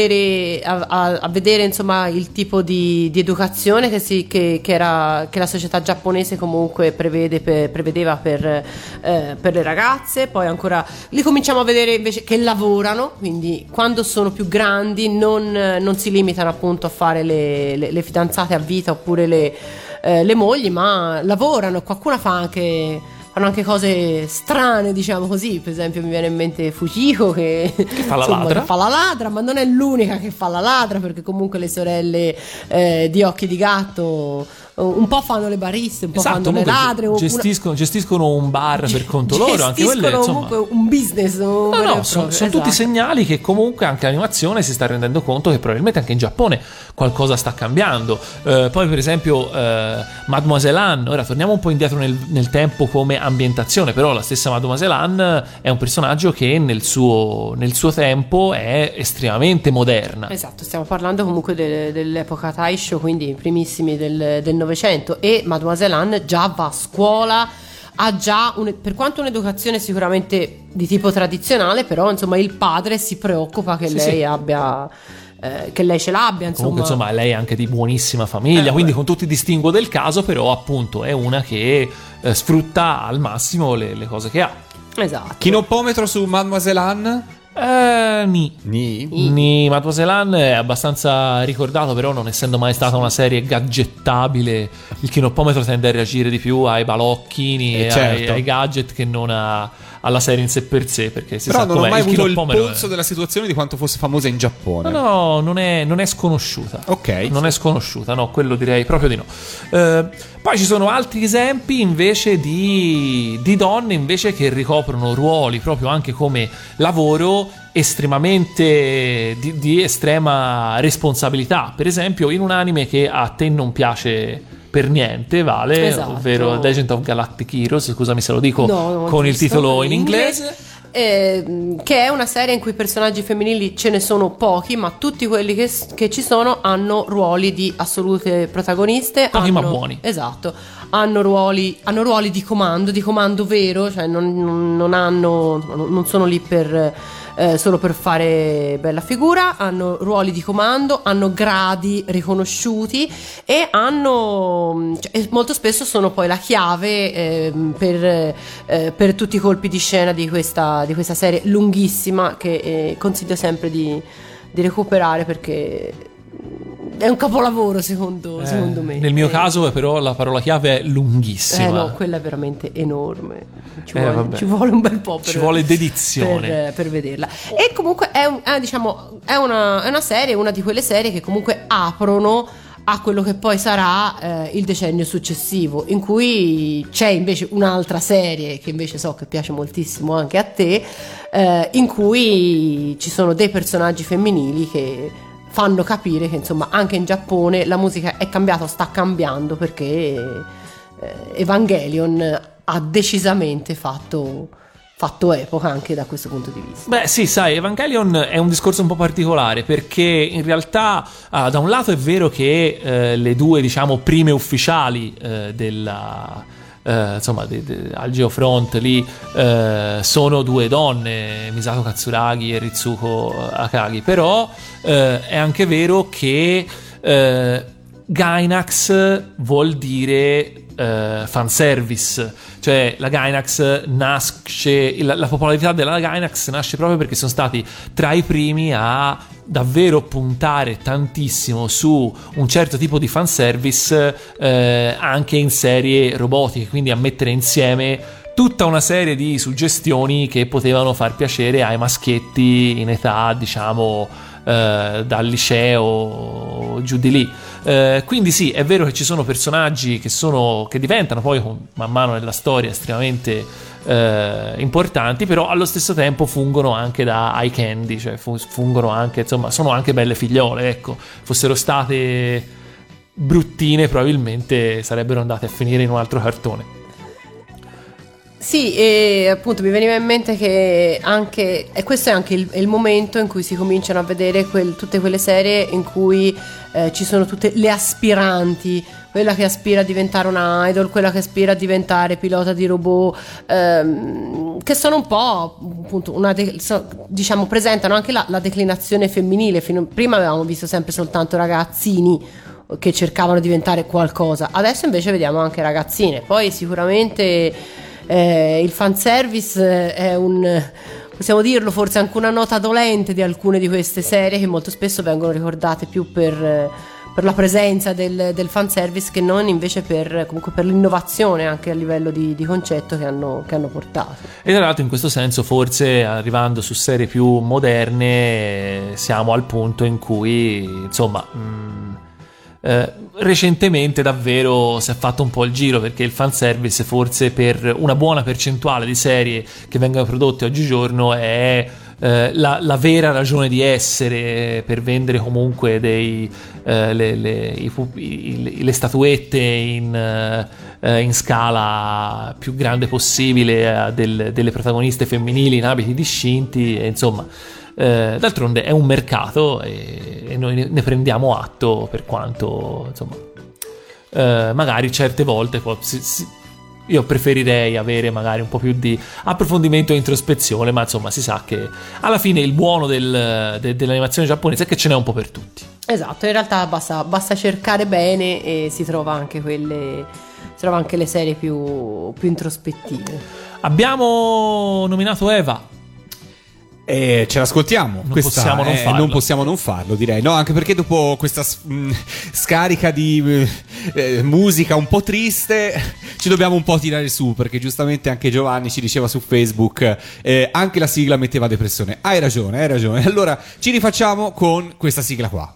vedere insomma il tipo di educazione che la società giapponese comunque prevedeva per le ragazze. Poi ancora li cominciamo a vedere invece che lavorano, quindi quando sono più grandi non si limitano appunto a fare le fidanzate a vita oppure le mogli, ma lavorano. Qualcuna fanno anche cose strane, diciamo così. Per esempio mi viene in mente Fujiko che fa la ladra. Che fa la ladra, ma non è l'unica che fa la ladra, perché comunque le sorelle di Occhi di Gatto un po' fanno le bariste, un po' fanno le ladre, gestiscono un bar per conto loro, anche quelle insomma comunque un business. Sono tutti segnali che comunque anche l'animazione si sta rendendo conto che probabilmente anche in Giappone qualcosa sta cambiando. Poi per esempio Mademoiselle Anne, ora torniamo un po' indietro nel tempo come ambientazione, però la stessa Mademoiselle Anne è un personaggio che nel suo tempo è estremamente moderna. Esatto, stiamo parlando comunque dell'epoca Taisho, quindi primissimi del Novecento, e Mademoiselle Anne già va a scuola, ha già per quanto un'educazione sicuramente di tipo tradizionale, però insomma il padre si preoccupa che lei abbia che lei ce l'abbia, insomma. Comunque insomma lei è anche di buonissima famiglia, quindi con tutti i distinguo del caso, però appunto è una che sfrutta al massimo le cose che ha. Esatto. Chinopometro su Mademoiselle Anne? Mademoiselle Anne è abbastanza ricordato, però non essendo mai stata una serie gadgettabile, il chinopometro tende a reagire di più ai balocchini e certo. ai gadget che non alla serie in sé per sé, perché si però sa non ho mai avuto il polso è... della situazione di quanto fosse famosa in Giappone. No, non è sconosciuta. Ok. Non è sconosciuta, no, quello direi proprio di no. Poi ci sono altri esempi invece di donne invece che ricoprono ruoli proprio anche come lavoro estremamente di estrema responsabilità. Per esempio in un anime che a te non piace per niente, Vale, esatto. Ovvero Legend of Galactic Heroes, scusami se lo dico con il titolo in inglese. Che è una serie in cui i personaggi femminili ce ne sono pochi, ma tutti quelli che ci sono hanno ruoli di assolute protagoniste, ma buoni. Esatto, hanno ruoli di comando vero, cioè non sono lì solo per fare bella figura, hanno ruoli di comando, hanno gradi riconosciuti e molto spesso sono poi la chiave per tutti i colpi di scena di questa serie lunghissima, che consiglio sempre di recuperare perché è un capolavoro secondo me. Nel mio caso però la parola chiave è lunghissima. No, quella è veramente enorme. Ci vuole un bel po' ci vuole dedizione per vederla. E comunque è una serie, una di quelle serie che comunque aprono a quello che poi sarà il decennio successivo, in cui c'è invece un'altra serie che invece so che piace moltissimo anche a te, in cui ci sono dei personaggi femminili che fanno capire che insomma anche in Giappone la musica è cambiata, sta cambiando, perché Evangelion ha decisamente fatto epoca anche da questo punto di vista. Beh sì, sai, Evangelion è un discorso un po' particolare, perché in realtà da un lato è vero che le due diciamo prime ufficiali della al Geofront lì sono due donne, Misato Katsuragi e Ritsuko Akagi, però è anche vero che Gainax vuol dire fanservice, cioè la Gainax nasce, la popolarità della Gainax nasce proprio perché sono stati tra i primi a davvero puntare tantissimo su un certo tipo di fanservice anche in serie robotiche, quindi a mettere insieme tutta una serie di suggestioni che potevano far piacere ai maschietti in età, diciamo, dal liceo giù di lì. Quindi sì, è vero che ci sono personaggi che diventano poi man mano nella storia estremamente importanti, però allo stesso tempo fungono anche da eye candy, cioè fungono anche, insomma, sono anche belle figliole, ecco. Fossero state bruttine probabilmente sarebbero andate a finire in un altro cartone. Sì, e appunto mi veniva in mente che anche, e questo è anche il momento in cui si cominciano a vedere tutte quelle serie in cui ci sono tutte le aspiranti, quella che aspira a diventare una idol, quella che aspira a diventare pilota di robot, che sono un po' appunto diciamo presentano anche la declinazione femminile. Prima avevamo visto sempre soltanto ragazzini che cercavano di diventare qualcosa, adesso invece vediamo anche ragazzine. Poi sicuramente il fanservice è possiamo dirlo, forse anche una nota dolente di alcune di queste serie, che molto spesso vengono ricordate più per la presenza del fanservice che non invece comunque per l'innovazione anche a livello di concetto che hanno portato. E tra l'altro in questo senso forse arrivando su serie più moderne siamo al punto in cui insomma recentemente davvero si è fatto un po' il giro, perché il fanservice forse per una buona percentuale di serie che vengono prodotte oggigiorno è la vera ragione di essere, per vendere comunque le statuette in scala più grande possibile delle protagoniste femminili in abiti discinti, e insomma d'altronde è un mercato e noi ne prendiamo atto, per quanto insomma magari certe volte io preferirei avere magari un po' più di approfondimento e introspezione, ma insomma si sa che alla fine il buono dell'animazione giapponese è che ce n'è un po' per tutti. Esatto, in realtà basta cercare bene e si trova anche le serie più introspettive. Abbiamo nominato Eva. Ce l'ascoltiamo. Non possiamo non farlo, direi. No, anche perché dopo questa scarica di musica un po' triste ci dobbiamo un po' tirare su, perché giustamente anche Giovanni ci diceva su Facebook anche la sigla metteva depressione. Hai ragione. Allora ci rifacciamo con questa sigla qua.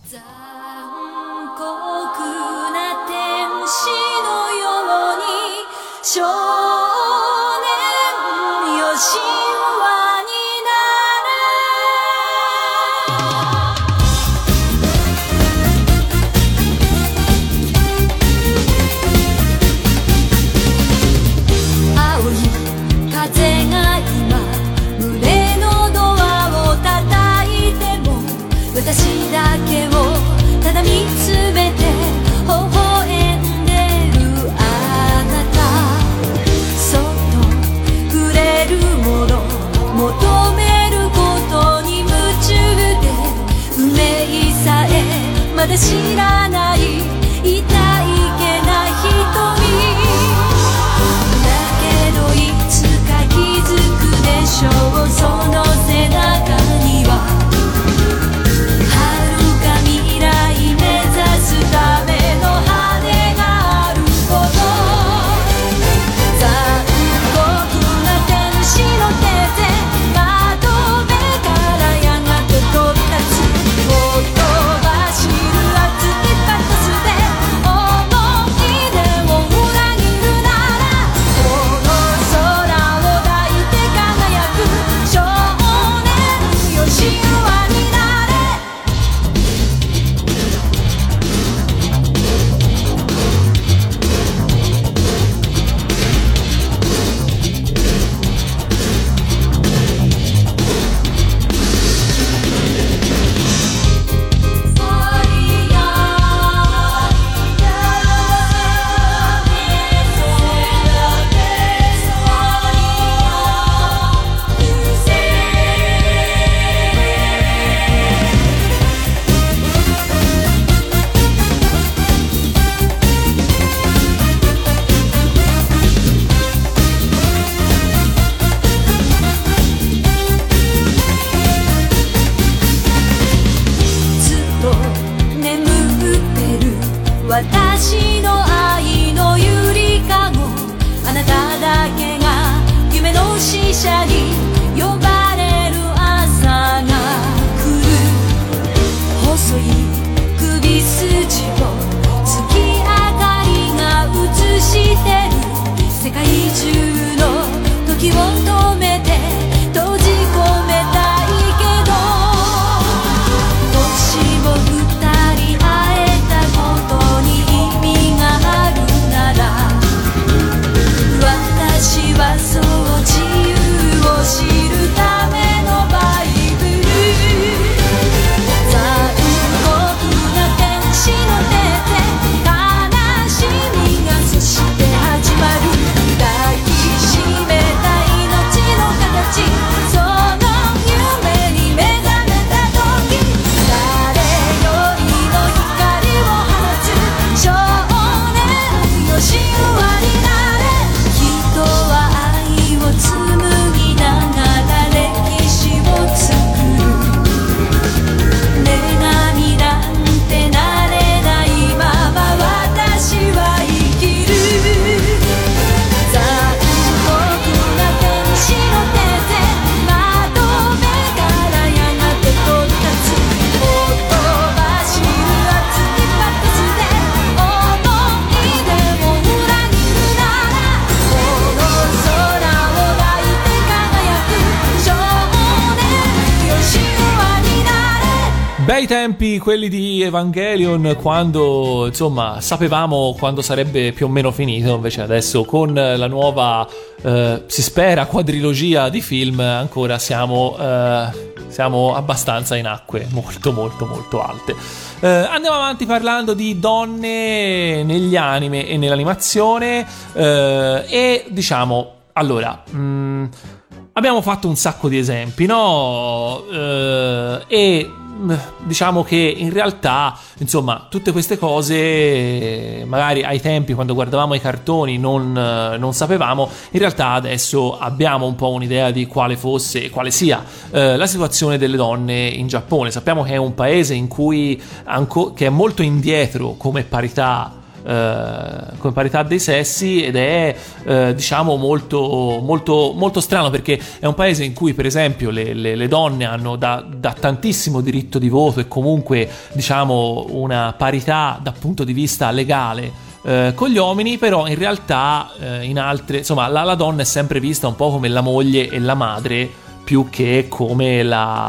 私の愛のゆりかごあなただけが夢の使者に呼ばれる朝が来る細い首筋を月明かりが映してる世界中の時を止めて閉じ込めたいけどもしも二人会えたことに意味があるなら私はそう自由を知るためのバイブル残酷な天使の手で悲しみがそして始まる抱きしめた命の形その夢に目覚めた時誰よりの光を放つ少年よ神話になれ人は愛を紡ぎながら歴史を作る女神なんてなれないまま私は生きる残酷な天使の手で窓辺からやがて飛び立つほとばしる熱きパックスで思い出を裏切るならこの空を抱いて輝く少年よ神話になれ Bei tempi quelli di Evangelion, quando insomma sapevamo quando sarebbe più o meno finito. Invece adesso con la nuova si spera quadrilogia di film ancora siamo abbastanza in acque molto molto molto alte. Andiamo avanti parlando di donne negli anime e nell'animazione, e diciamo allora abbiamo fatto un sacco di esempi, no? E diciamo che in realtà insomma tutte queste cose magari ai tempi quando guardavamo i cartoni non sapevamo. In realtà adesso abbiamo un po' un'idea di quale sia la situazione delle donne in Giappone. Sappiamo che è un paese in cui che è molto indietro come parità dei sessi, ed è diciamo molto molto molto strano, perché è un paese in cui per esempio le donne hanno da tantissimo diritto di voto e comunque diciamo una parità dal punto di vista legale con gli uomini, però in realtà in altre insomma la donna è sempre vista un po' come la moglie e la madre più che come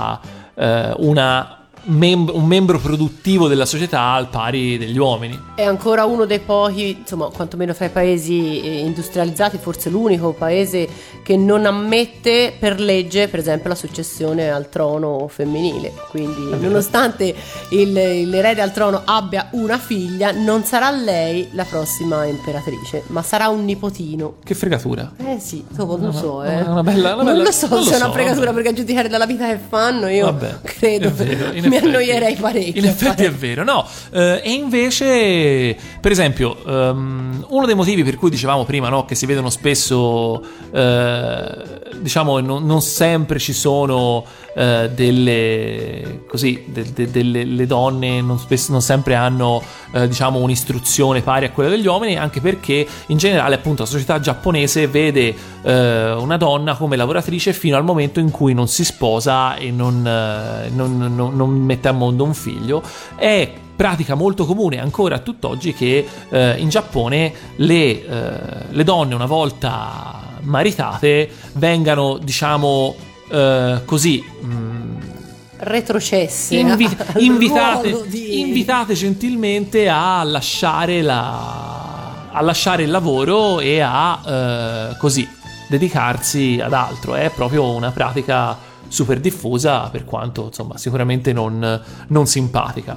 un membro produttivo della società al pari degli uomini. È ancora uno dei pochi, insomma, quantomeno fra i paesi industrializzati, forse l'unico paese che non ammette per legge, per esempio, la successione al trono femminile. Quindi, nonostante l'erede al trono abbia una figlia, non sarà lei la prossima imperatrice, ma sarà un nipotino. Che fregatura. Sì, non lo so, Una bella, non lo so se è una fregatura, perché a giudicare dalla vita che fanno, io credo mi annoierei parecchio. In effetti è vero, no? E invece, per esempio, uno dei motivi per cui dicevamo prima, no, che si vedono spesso, diciamo, non sempre ci sono delle donne, non sempre hanno, diciamo, un'istruzione pari a quella degli uomini, anche perché in generale, appunto, la società giapponese vede una donna come lavoratrice fino al momento in cui non si sposa e non mette a mondo un figlio. È pratica molto comune ancora a tutt'oggi che in Giappone le donne, una volta maritate, vengano, diciamo, così retrocesse, invitate gentilmente a lasciare il lavoro e a così dedicarsi ad altro. È proprio una pratica super diffusa, per quanto insomma sicuramente non simpatica.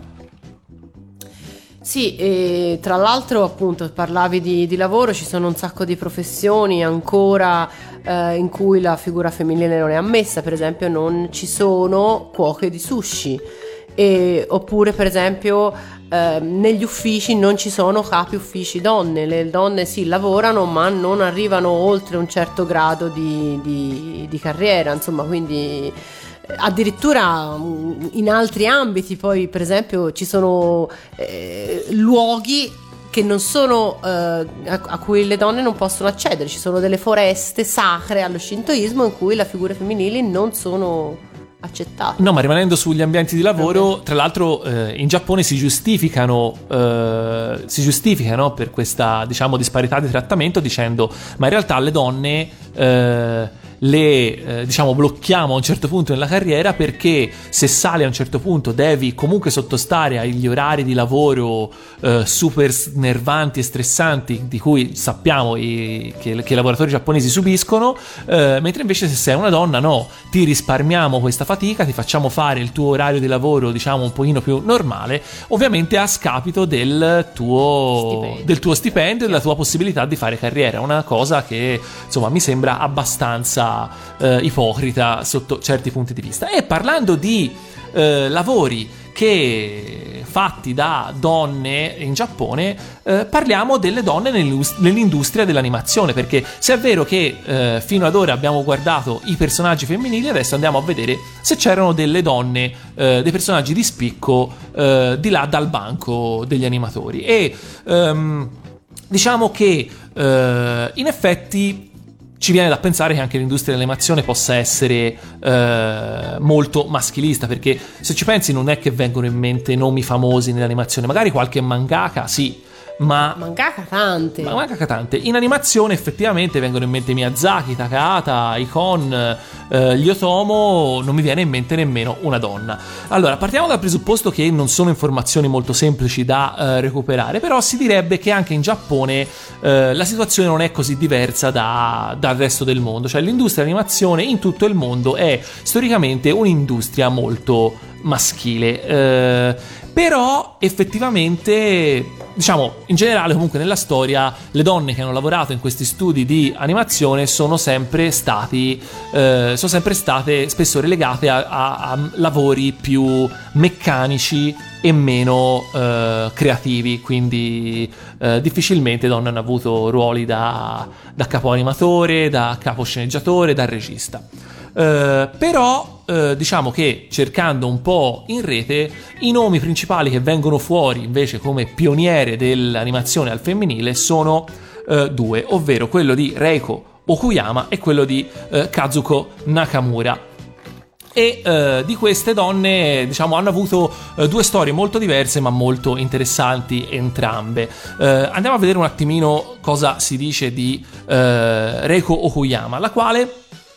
Sì, e tra l'altro, appunto, parlavi di lavoro, ci sono un sacco di professioni ancora in cui la figura femminile non è ammessa. Per esempio non ci sono cuoche di sushi, oppure per esempio negli uffici non ci sono capi uffici donne. Le donne sì lavorano, ma non arrivano oltre un certo grado di carriera, insomma, quindi addirittura in altri ambiti. Poi per esempio ci sono luoghi che non sono a cui le donne non possono accedere. Ci sono delle foreste sacre allo shintoismo in cui le figure femminili non sono accettate. No, ma rimanendo sugli ambienti di lavoro, tra l'altro in Giappone si giustificano per questa, diciamo, disparità di trattamento dicendo: ma in realtà le donne diciamo blocchiamo a un certo punto nella carriera, perché se sali a un certo punto devi comunque sottostare agli orari di lavoro super snervanti e stressanti di cui sappiamo che i lavoratori giapponesi subiscono, mentre invece se sei una donna no, ti risparmiamo questa fatica, ti facciamo fare il tuo orario di lavoro diciamo un pochino più normale, ovviamente a scapito del tuo stipendio e della tua possibilità di fare carriera. Una cosa che insomma mi sembra abbastanza ipocrita sotto certi punti di vista. E parlando di lavori che fatti da donne in Giappone, parliamo delle donne nell'industria dell'animazione, perché se è vero che fino ad ora abbiamo guardato i personaggi femminili, adesso andiamo a vedere se c'erano delle donne, dei personaggi di spicco di là dal banco degli animatori. E diciamo che in effetti ci viene da pensare che anche l'industria dell'animazione possa essere molto maschilista, perché se ci pensi non è che vengono in mente nomi famosi nell'animazione, magari qualche mangaka sì, ma mangaka tante. In animazione effettivamente vengono in mente Miyazaki, Takahata, Icon, gli Otomo, non mi viene in mente nemmeno una donna. Allora, partiamo dal presupposto che non sono informazioni molto semplici da recuperare, però si direbbe che anche in Giappone la situazione non è così diversa dal resto del mondo, cioè l'industria dell'animazione in tutto il mondo è storicamente un'industria molto maschile, però effettivamente, diciamo, in generale comunque nella storia le donne che hanno lavorato in questi studi di animazione sono sempre state spesso relegate a lavori più meccanici e meno creativi, quindi difficilmente donne hanno avuto ruoli da capo animatore, da capo sceneggiatore, da regista. Però diciamo che cercando un po' in rete i nomi principali che vengono fuori invece come pioniere dell'animazione al femminile sono due, ovvero quello di Reiko Okuyama e quello di Kazuko Nakamura. E di queste donne, diciamo, hanno avuto due storie molto diverse ma molto interessanti entrambe. Andiamo a vedere un attimino cosa si dice di Reiko Okuyama, la quale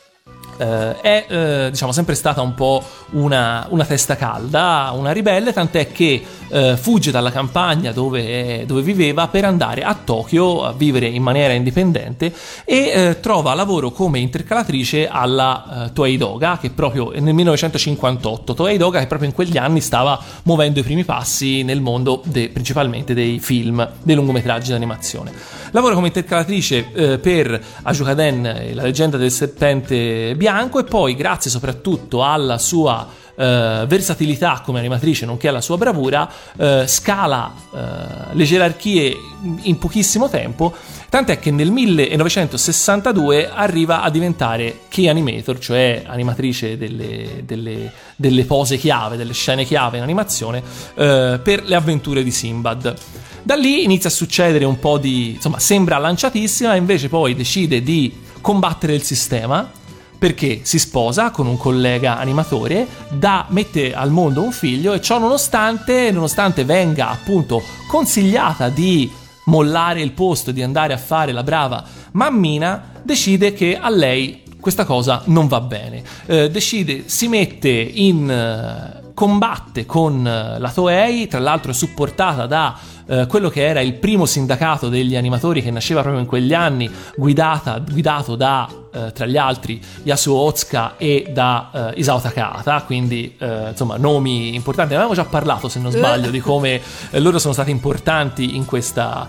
è diciamo sempre stata un po' una testa calda, una ribelle, tant'è che fugge dalla campagna dove viveva per andare a Tokyo a vivere in maniera indipendente e trova lavoro come intercalatrice alla Toei Doga, che proprio nel 1958 Toei Doga che proprio in quegli anni stava muovendo i primi passi nel mondo principalmente dei film, dei lungometraggi d'animazione. Lavora come intercalatrice per Ajukaden, la leggenda del serpente bianco, e poi grazie soprattutto alla sua versatilità come animatrice nonché alla sua bravura scala le gerarchie in pochissimo tempo, tant'è che nel 1962 arriva a diventare key animator, cioè animatrice delle pose chiave, delle scene chiave in animazione per le avventure di Sinbad. Da lì inizia a succedere un po' di, insomma, sembra lanciatissima, invece poi decide di combattere il sistema perché si sposa con un collega animatore, mette al mondo un figlio, e ciò nonostante venga appunto consigliata di mollare il posto, di andare a fare la brava mammina, decide che a lei questa cosa non va bene. Si mette in combatte con la Toei, tra l'altro è supportata da quello che era il primo sindacato degli animatori che nasceva proprio in quegli anni, guidato da tra gli altri Yasuo Otsuka e da Isao Takahata, quindi insomma nomi importanti. Ne avevamo già parlato, se non sbaglio, di come loro sono stati importanti in questa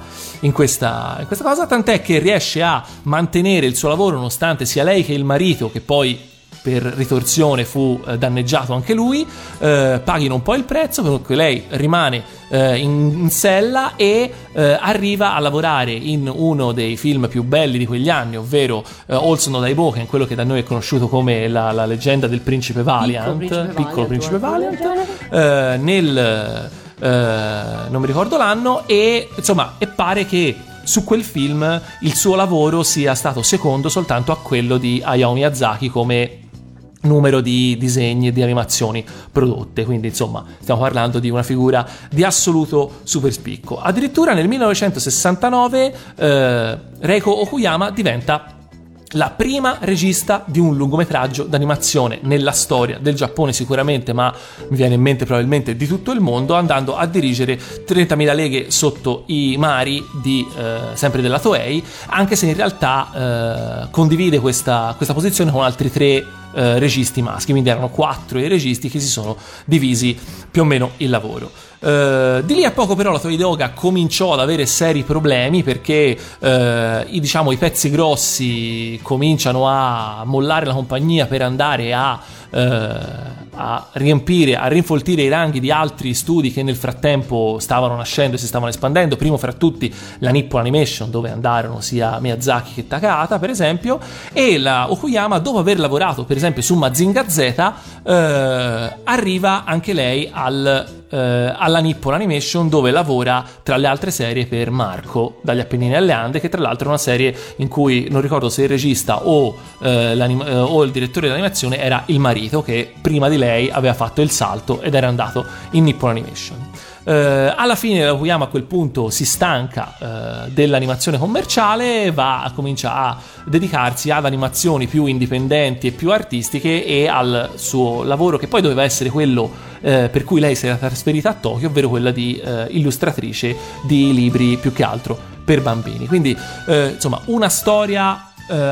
cosa, tant'è che riesce a mantenere il suo lavoro nonostante sia lei che il marito, che poi per ritorsione fu danneggiato anche lui, paghino un po' il prezzo, perché lei rimane in sella e arriva a lavorare in uno dei film più belli di quegli anni, ovvero Also no Daiboken, quello che da noi è conosciuto come la leggenda del principe Valiant, piccolo principe Valiant, non mi ricordo l'anno, e insomma, e pare che su quel film il suo lavoro sia stato secondo soltanto a quello di Hayao Miyazaki come numero di disegni e di animazioni prodotte, quindi insomma stiamo parlando di una figura di assoluto super spicco. Addirittura nel 1969 Reiko Okuyama diventa la prima regista di un lungometraggio d'animazione nella storia del Giappone sicuramente, ma mi viene in mente probabilmente di tutto il mondo, andando a dirigere 30.000 leghe sotto i mari di sempre della Toei, anche se in realtà condivide questa posizione con altri 3 registi maschi, quindi erano 4 i registi che si sono divisi più o meno il lavoro. Di lì a poco però la Toei Doga cominciò ad avere seri problemi, perché i pezzi grossi cominciano a mollare la compagnia per andare a riempire, a rinfoltire i ranghi di altri studi che nel frattempo stavano nascendo e si stavano espandendo, primo fra tutti la Nippon Animation, dove andarono sia Miyazaki che Takahata per esempio, e la Okuyama, dopo aver lavorato per esempio su Mazinga Z, arriva anche lei alla Nippon Animation, dove lavora tra le altre serie per Marco dagli Appennini alle Ande, che tra l'altro è una serie in cui non ricordo se il regista o il direttore dell'animazione era il marito, che prima di lei aveva fatto il salto ed era andato in Nippon Animation. Alla fine la Okuyama a quel punto si stanca dell'animazione commerciale, comincia a dedicarsi ad animazioni più indipendenti e più artistiche e al suo lavoro che poi doveva essere quello per cui lei si era trasferita a Tokyo, ovvero quella di illustratrice di libri più che altro per bambini. Quindi insomma una storia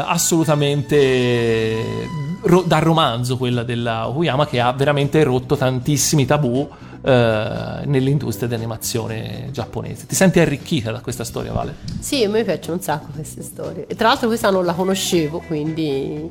assolutamente da romanzo, quella della Okuyama, che ha veramente rotto tantissimi tabù nell'industria dell'animazione giapponese. Ti senti arricchita da questa storia, Vale? Sì, a me piacciono un sacco queste storie, e tra l'altro questa non la conoscevo, quindi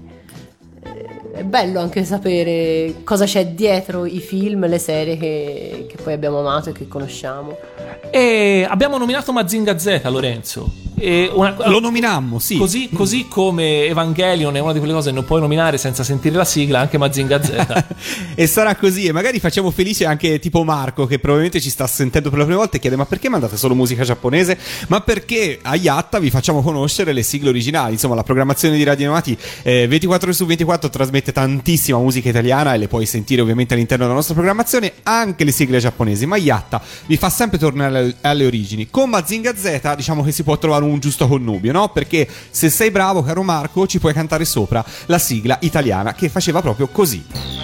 è bello anche sapere cosa c'è dietro i film, le serie che poi abbiamo amato e che conosciamo. E abbiamo nominato Mazinga Z, Lorenzo. Lo nominammo, sì. Così come Evangelion è una di quelle cose che non puoi nominare senza sentire la sigla, anche Mazinga Z. E sarà così, e magari facciamo felice anche tipo Marco, che probabilmente ci sta sentendo per la prima volta e chiede: ma perché mandate solo musica giapponese? Ma perché a Yatta vi facciamo conoscere le sigle originali. Insomma, la programmazione di Radio Animati 24 ore su 24 trasmette tantissima musica italiana e le puoi sentire ovviamente all'interno della nostra programmazione, anche le sigle giapponesi, ma Yatta vi fa sempre tornare alle origini. Con Mazinga Z diciamo che si può trovare un giusto connubio, no? Perché se sei bravo, caro Marco, ci puoi cantare sopra la sigla italiana che faceva proprio così.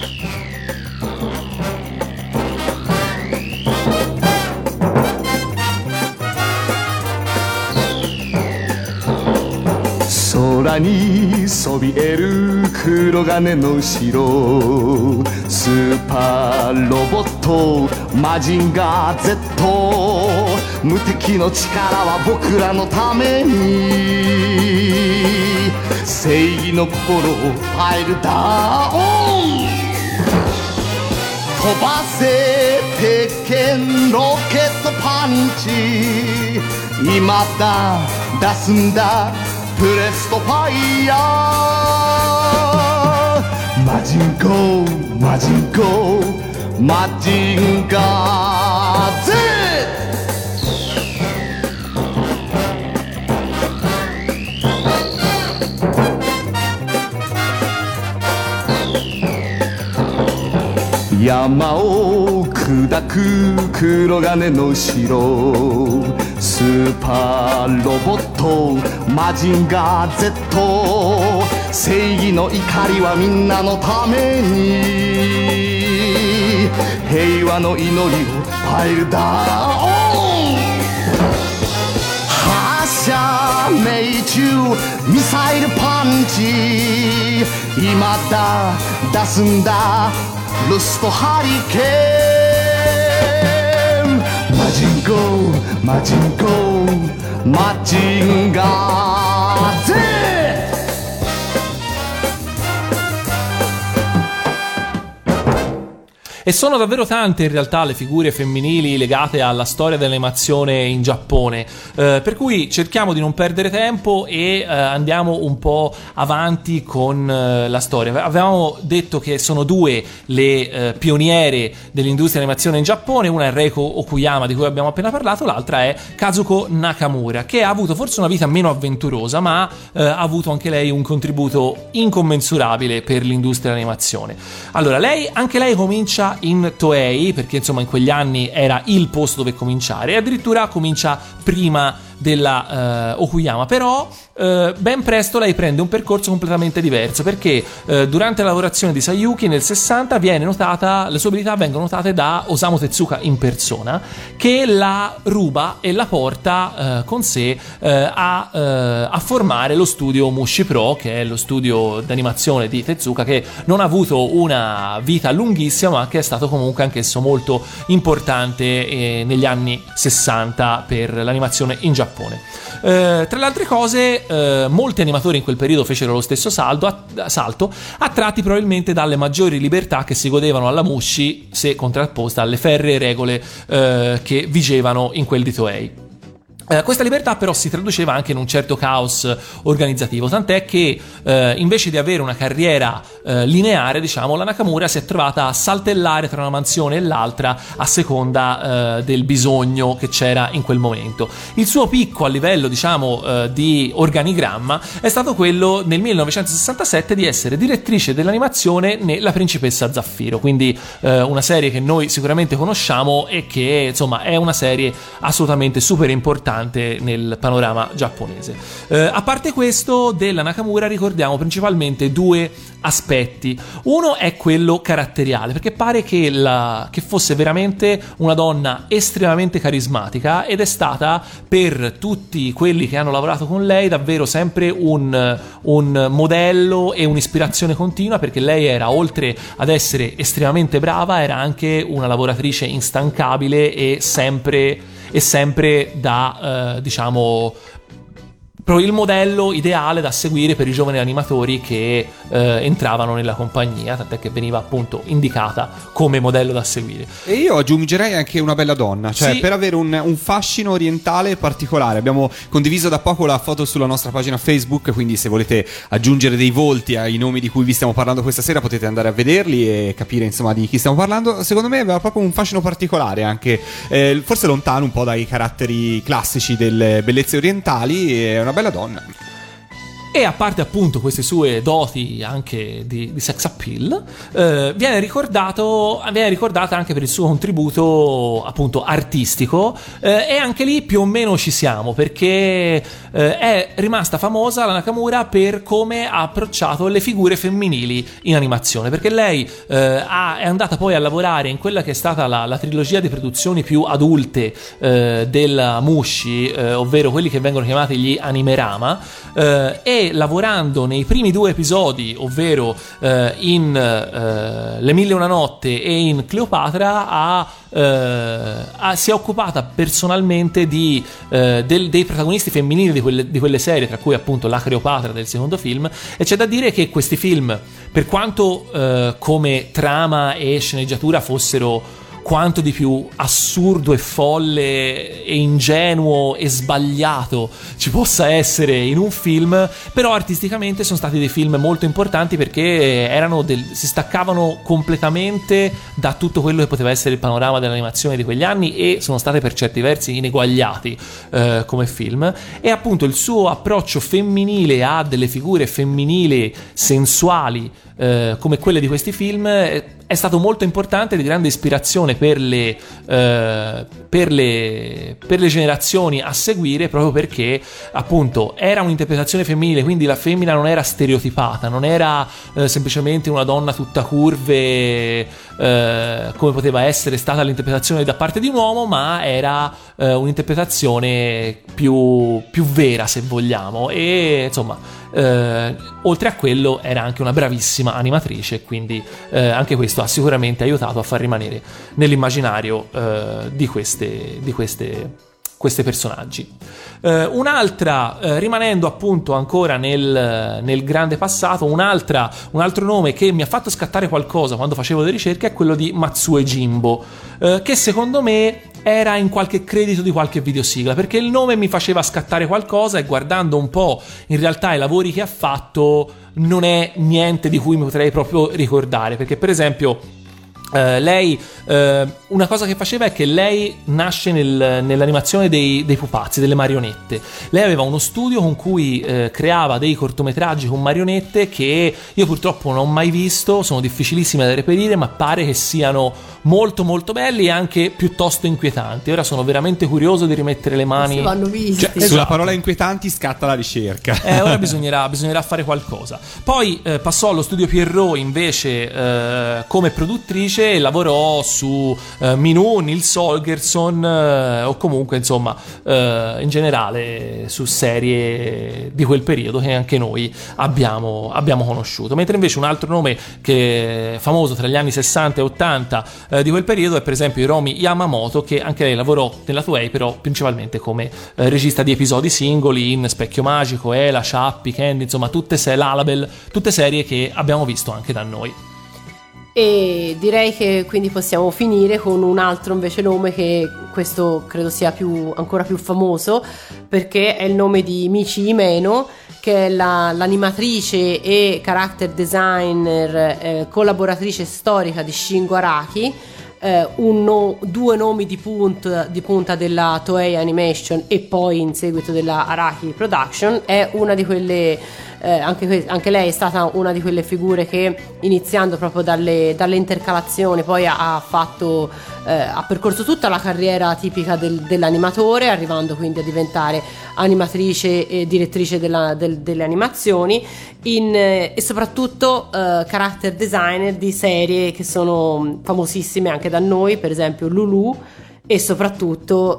Sora ni sobieru kurogane no shiro Super Robot Mazinga Z 無敵の力は僕らのために正義の心をパイルダウン飛ばせ鉄拳ロケットパンチ今だ出すんだプレストファイヤーマジンゴーマジンゴーマジンガー Z山を砕く黒金の城スーパーロボットマジンガー Z 正義の怒りはみんなのために平和の祈りをパイルダウン発射命中ミサイルパンチ今だ出すんだロストハリケーンマジンゴーマジンゴーマジンガー Z E sono davvero tante in realtà le figure femminili legate alla storia dell'animazione in Giappone, per cui cerchiamo di non perdere tempo e andiamo un po' avanti con la storia. Avevamo detto che sono due le pioniere dell'industria dell'animazione in Giappone, una è Reiko Okuyama, di cui abbiamo appena parlato, l'altra è Kazuko Nakamura, che ha avuto forse una vita meno avventurosa, ma ha avuto anche lei un contributo incommensurabile per l'industria dell'animazione. Allora, anche lei comincia in Toei, perché insomma in quegli anni era il posto dove cominciare, e addirittura comincia prima della Okuyama, però ben presto lei prende un percorso completamente diverso, perché durante la lavorazione di Sayuki nel 60 le sue abilità vengono notate da Osamu Tezuka in persona, che la ruba e la porta con sé a formare lo studio Mushi Pro, che è lo studio d'animazione di Tezuka, che non ha avuto una vita lunghissima, ma che è stato comunque anch'esso molto importante negli anni 60 per l'animazione in Giappone. Tra le altre cose, molti animatori in quel periodo fecero lo stesso salto, attratti probabilmente dalle maggiori libertà che si godevano alla Mushi, se contrapposta alle ferree regole che vigevano in quel di Toei. Questa libertà però si traduceva anche in un certo caos organizzativo, tant'è che invece di avere una carriera lineare, diciamo, la Nakamura si è trovata a saltellare tra una mansione e l'altra a seconda del bisogno che c'era in quel momento. Il suo picco a livello, diciamo, di organigramma è stato quello nel 1967 di essere direttrice dell'animazione nella Principessa Zaffiro, quindi una serie che noi sicuramente conosciamo e che insomma è una serie assolutamente super importante nel panorama giapponese. A parte questo, della Nakamura ricordiamo principalmente due aspetti. Uno è quello caratteriale, perché pare che fosse veramente una donna estremamente carismatica, ed è stata per tutti quelli che hanno lavorato con lei davvero sempre un modello e un'ispirazione continua, perché lei era, oltre ad essere estremamente brava, era anche una lavoratrice instancabile e sempre da diciamo proprio il modello ideale da seguire per i giovani animatori che entravano nella compagnia, tant'è che veniva appunto indicata come modello da seguire. E io aggiungerei anche una bella donna, cioè sì, per avere un fascino orientale particolare. Abbiamo condiviso da poco la foto sulla nostra pagina Facebook, quindi se volete aggiungere dei volti ai nomi di cui vi stiamo parlando questa sera potete andare a vederli e capire insomma di chi stiamo parlando. Secondo me aveva proprio un fascino particolare, anche forse lontano un po' dai caratteri classici delle bellezze orientali. È una bella donna. E a parte appunto queste sue doti anche di sex appeal, viene ricordata anche per il suo contributo appunto artistico, e anche lì più o meno ci siamo, perché è rimasta famosa la Nakamura per come ha approcciato le figure femminili in animazione, perché lei è andata poi a lavorare in quella che è stata la trilogia di produzioni più adulte della Mushi, ovvero quelli che vengono chiamati gli Animerama, e lavorando nei primi due episodi, ovvero in Le Mille e una Notte e in Cleopatra, si è occupata personalmente dei protagonisti femminili di quelle serie, tra cui appunto la Cleopatra del secondo film. E c'è da dire che questi film, per quanto come trama e sceneggiatura fossero quanto di più assurdo e folle e ingenuo e sbagliato ci possa essere in un film, però artisticamente sono stati dei film molto importanti, perché si staccavano completamente da tutto quello che poteva essere il panorama dell'animazione di quegli anni, e sono state per certi versi ineguagliati come film. E appunto il suo approccio femminile a delle figure femminili sensuali come quelle di questi film è stato molto importante, di grande ispirazione per le generazioni a seguire, proprio perché appunto era un'interpretazione femminile, quindi la femmina non era stereotipata, non era semplicemente una donna tutta curve come poteva essere stata l'interpretazione da parte di un uomo, ma era un'interpretazione più vera, se vogliamo. E insomma, oltre a quello era anche una bravissima animatrice, quindi anche questo ha sicuramente aiutato a far rimanere nell'immaginario di queste questi personaggi. Un'altra, rimanendo appunto ancora nel grande passato, un altro nome che mi ha fatto scattare qualcosa quando facevo le ricerche è quello di Matsue Jimbo, che secondo me era in qualche credito di qualche videosigla, perché il nome mi faceva scattare qualcosa e guardando un po' in realtà i lavori che ha fatto non è niente di cui mi potrei proprio ricordare, perché per esempio lei, una cosa che faceva è che lei nasce nell'animazione dei pupazzi, delle marionette. Lei aveva uno studio con cui creava dei cortometraggi con marionette che io purtroppo non ho mai visto, sono difficilissime da reperire, ma pare che siano molto molto belli e anche piuttosto inquietanti. Ora sono veramente curioso di rimettere le mani. Vanno visti. Cioè, sulla parola inquietanti scatta la ricerca. Ora bisognerà fare qualcosa. Poi passò allo studio Pierrot invece come produttrice e lavorò su Minù, Nils Holgersson o comunque insomma in generale su serie di quel periodo che anche noi abbiamo conosciuto. Mentre invece un altro nome che è famoso tra gli anni 60 e 80 di quel periodo è per esempio Hiromi Yamamoto, che anche lei lavorò nella Toei però principalmente come regista di episodi singoli in Specchio Magico, Ela, Chappie, Candy, insomma tutte Lalabel, tutte serie che abbiamo visto anche da noi. E direi che quindi possiamo finire con un altro invece nome, che questo credo sia ancora più famoso, perché è il nome di Michi Imeno, che è l'animatrice e character designer collaboratrice storica di Shingo Araki, due nomi di punta della Toei Animation e poi in seguito della Araki Production. È una di quelle anche lei è stata una di quelle figure che iniziando proprio dalle intercalazioni poi ha percorso tutta la carriera tipica dell'animatore, arrivando quindi a diventare animatrice e direttrice delle animazioni e soprattutto character designer di serie che sono famosissime anche da noi, per esempio Lulu e soprattutto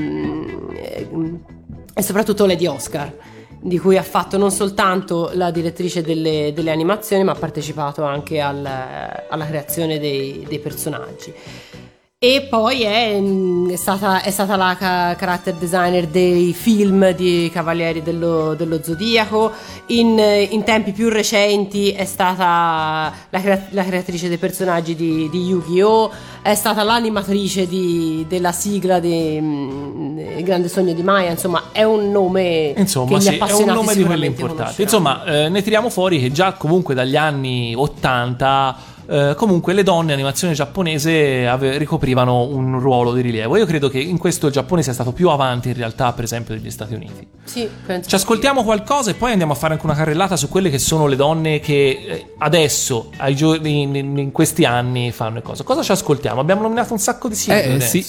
Lady Oscar, di cui ha fatto non soltanto la direttrice delle animazioni, ma ha partecipato anche alla creazione dei personaggi. E poi è stata la character designer dei film di Cavalieri dello Zodiaco. In tempi più recenti è stata la creatrice dei personaggi di Yu-Gi-Oh!, è stata l'animatrice della sigla di Il Grande Sogno di Maya. Insomma, è un nome che gli appassionati è un nome di quelli importanti. conosceranno. Insomma, ne tiriamo fuori che già comunque dagli anni 80 comunque le donne animazione giapponese ricoprivano un ruolo di rilievo. Io credo che in questo il Giappone sia stato più avanti in realtà per esempio degli Stati Uniti. Sì, penso. Ci ascoltiamo qualcosa e poi andiamo a fare anche una carrellata su quelle che sono le donne che adesso in questi anni fanno cose. Cosa ci ascoltiamo? Abbiamo nominato un sacco di sigle sì.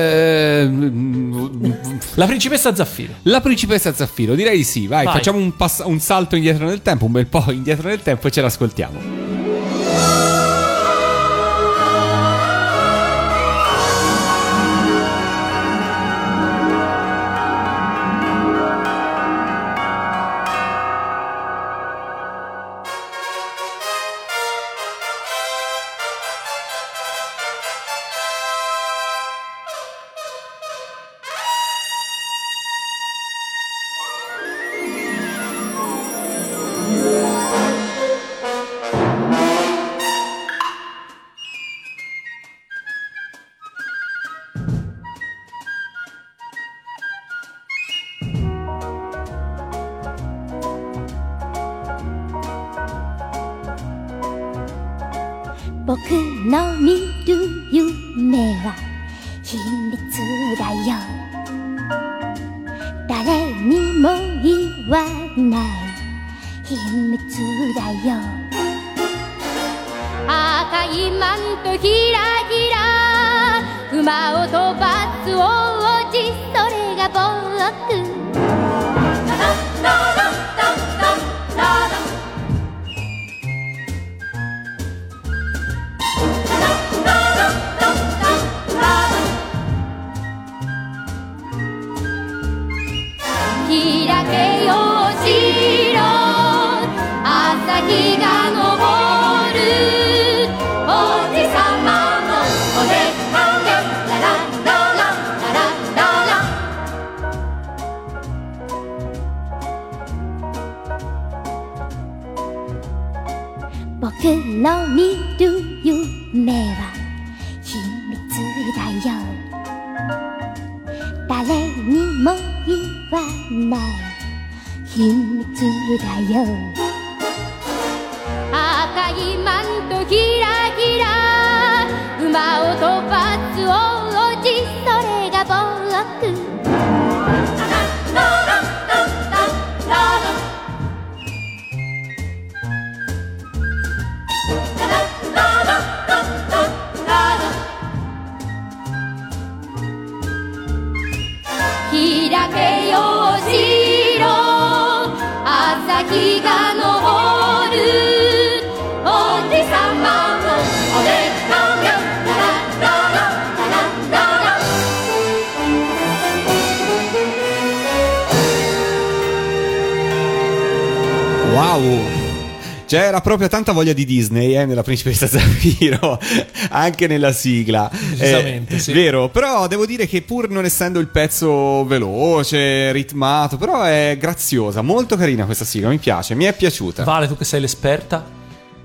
La principessa Zaffiro. La principessa Zaffiro, direi di sì. Vai. Facciamo un salto indietro nel tempo, un bel po' indietro nel tempo e ce l'ascoltiamo. 僕の見る夢は秘密だよ誰にも言わない秘密だよ赤いマントひらひら馬を飛ばす王子それが僕開けようしろ朝日が昇る王子様のお出かけラララララララ誰にも言わない秘密だよ赤いマントギラギラ馬を飛ばす王子それが僕開けようしろ朝日が昇るおじさまのおでかけラララララララ Wow! C'era proprio tanta voglia di Disney nella Principessa Zafiro, anche nella sigla. Decisamente, sì. Vero, però devo dire che pur non essendo il pezzo veloce, ritmato, però è graziosa, molto carina questa sigla, mi piace, mi è piaciuta. Vale, tu che sei l'esperta?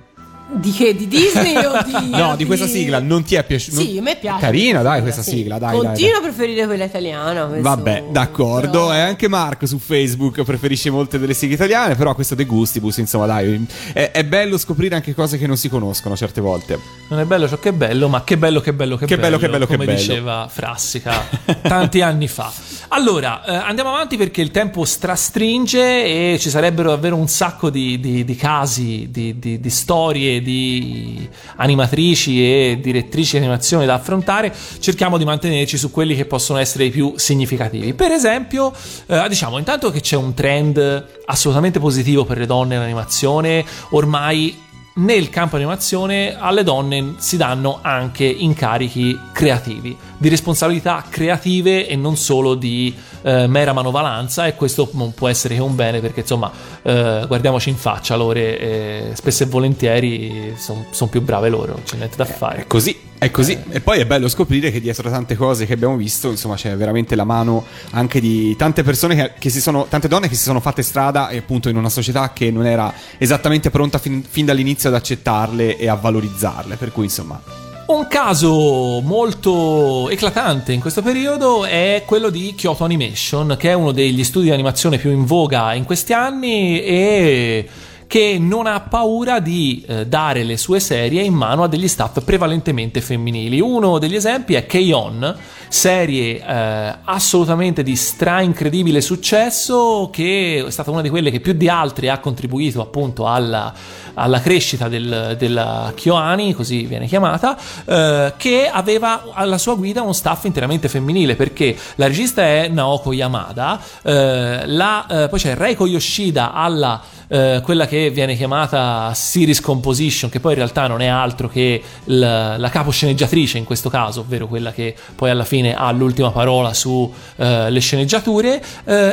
Di che? Di Disney o di... No, di questa sigla non ti è piaciuta? Sì, a me piace. Carina, dai, questa sì. sigla, dai. Continuo dai. a preferire quella italiana. Questo... Vabbè, d'accordo. Però... E anche Marco su Facebook preferisce molte delle sigle italiane, però questo De Gustibus, insomma, dai, è bello scoprire anche cose che non si conoscono certe volte. Non è bello ciò che è bello, ma che bello, che bello, che bello, come come diceva Frassica tanti anni fa. Allora, andiamo avanti perché il tempo strastringe e ci sarebbero davvero un sacco di casi, di storie, di animatrici e direttrici di animazione da affrontare. Cerchiamo di mantenerci su quelli che possono essere i più significativi. Per esempio, diciamo intanto che c'è un trend assolutamente positivo per le donne in animazione. Ormai nel campo animazione alle donne si danno anche incarichi creativi, di responsabilità creative e non solo di mera manovalanza, e questo non può essere che un bene, perché insomma guardiamoci in faccia, loro spesso e volentieri sono più brave loro, c'è niente da fare. È così. E poi è bello scoprire che dietro tante cose che abbiamo visto, insomma, c'è veramente la mano anche di tante persone tante donne che si sono fatte strada, e appunto in una società che non era esattamente pronta fin dall'inizio ad accettarle e a valorizzarle, per cui insomma. Un caso molto eclatante in questo periodo è quello di Kyoto Animation, che è uno degli studi di animazione più in voga in questi anni e che non ha paura di dare le sue serie in mano a degli staff prevalentemente femminili. Uno degli esempi è K-On!, serie assolutamente di incredibile successo, che è stata una di quelle che più di altre ha contribuito appunto alla crescita della KyoAni, così viene chiamata, che aveva alla sua guida uno staff interamente femminile, perché la regista è Naoko Yamada, poi c'è Reiko Yoshida alla quella che viene chiamata series composition, che poi in realtà non è altro che la caposceneggiatrice in questo caso, ovvero quella che poi alla fine ha l'ultima parola su le sceneggiature,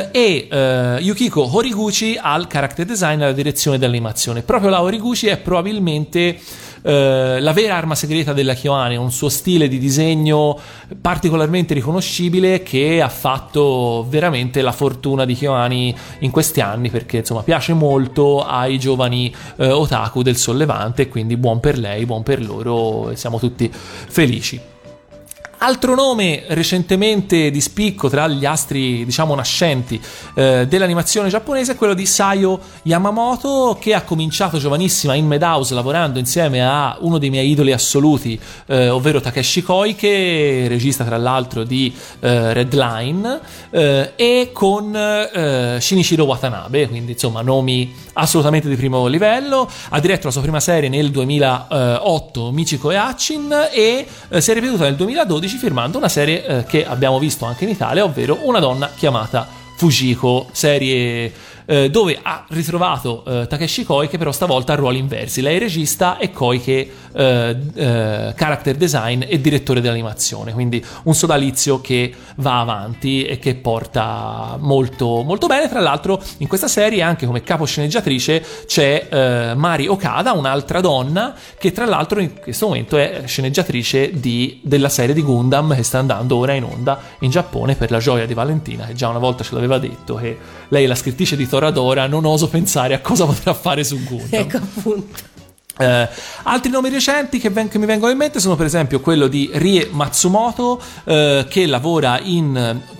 e Yukiko Horiguchi al character design e alla direzione dell'animazione. Proprio la Horiguchi è probabilmente la vera arma segreta della KyoAni, un suo stile di disegno particolarmente riconoscibile che ha fatto veramente la fortuna di KyoAni in questi anni, perché insomma piace molto ai giovani otaku del sollevante, e quindi buon per lei, buon per loro, e siamo tutti felici. Altro nome recentemente di spicco tra gli astri, diciamo, nascenti dell'animazione giapponese è quello di Sayo Yamamoto, che ha cominciato giovanissima in Madhouse lavorando insieme a uno dei miei idoli assoluti, ovvero Takeshi Koike, regista tra l'altro di Red Line, e con Shinichiro Watanabe, quindi insomma nomi assolutamente di primo livello. Ha diretto la sua prima serie nel 2008, Michiko e Hatchin, e si è ripetuta nel 2012 firmando una serie che abbiamo visto anche in Italia, ovvero Una donna chiamata Fujiko, serie dove ha ritrovato Takeshi Koike, però stavolta a ruoli inversi. Lei regista e Koike character design e direttore dell'animazione, quindi un sodalizio che va avanti e che porta molto, molto bene. Tra l'altro in questa serie anche come caposceneggiatrice c'è Mari Okada, un'altra donna che tra l'altro in questo momento è sceneggiatrice della serie di Gundam che sta andando ora in onda in Giappone per la gioia di Valentina, che già una volta ce l'aveva detto che lei è la scrittrice di Toradora. Non oso pensare a cosa potrà fare su Gundam. Ecco appunto. Altri nomi recenti che mi vengono in mente sono per esempio quello di Rie Matsumoto, che lavora in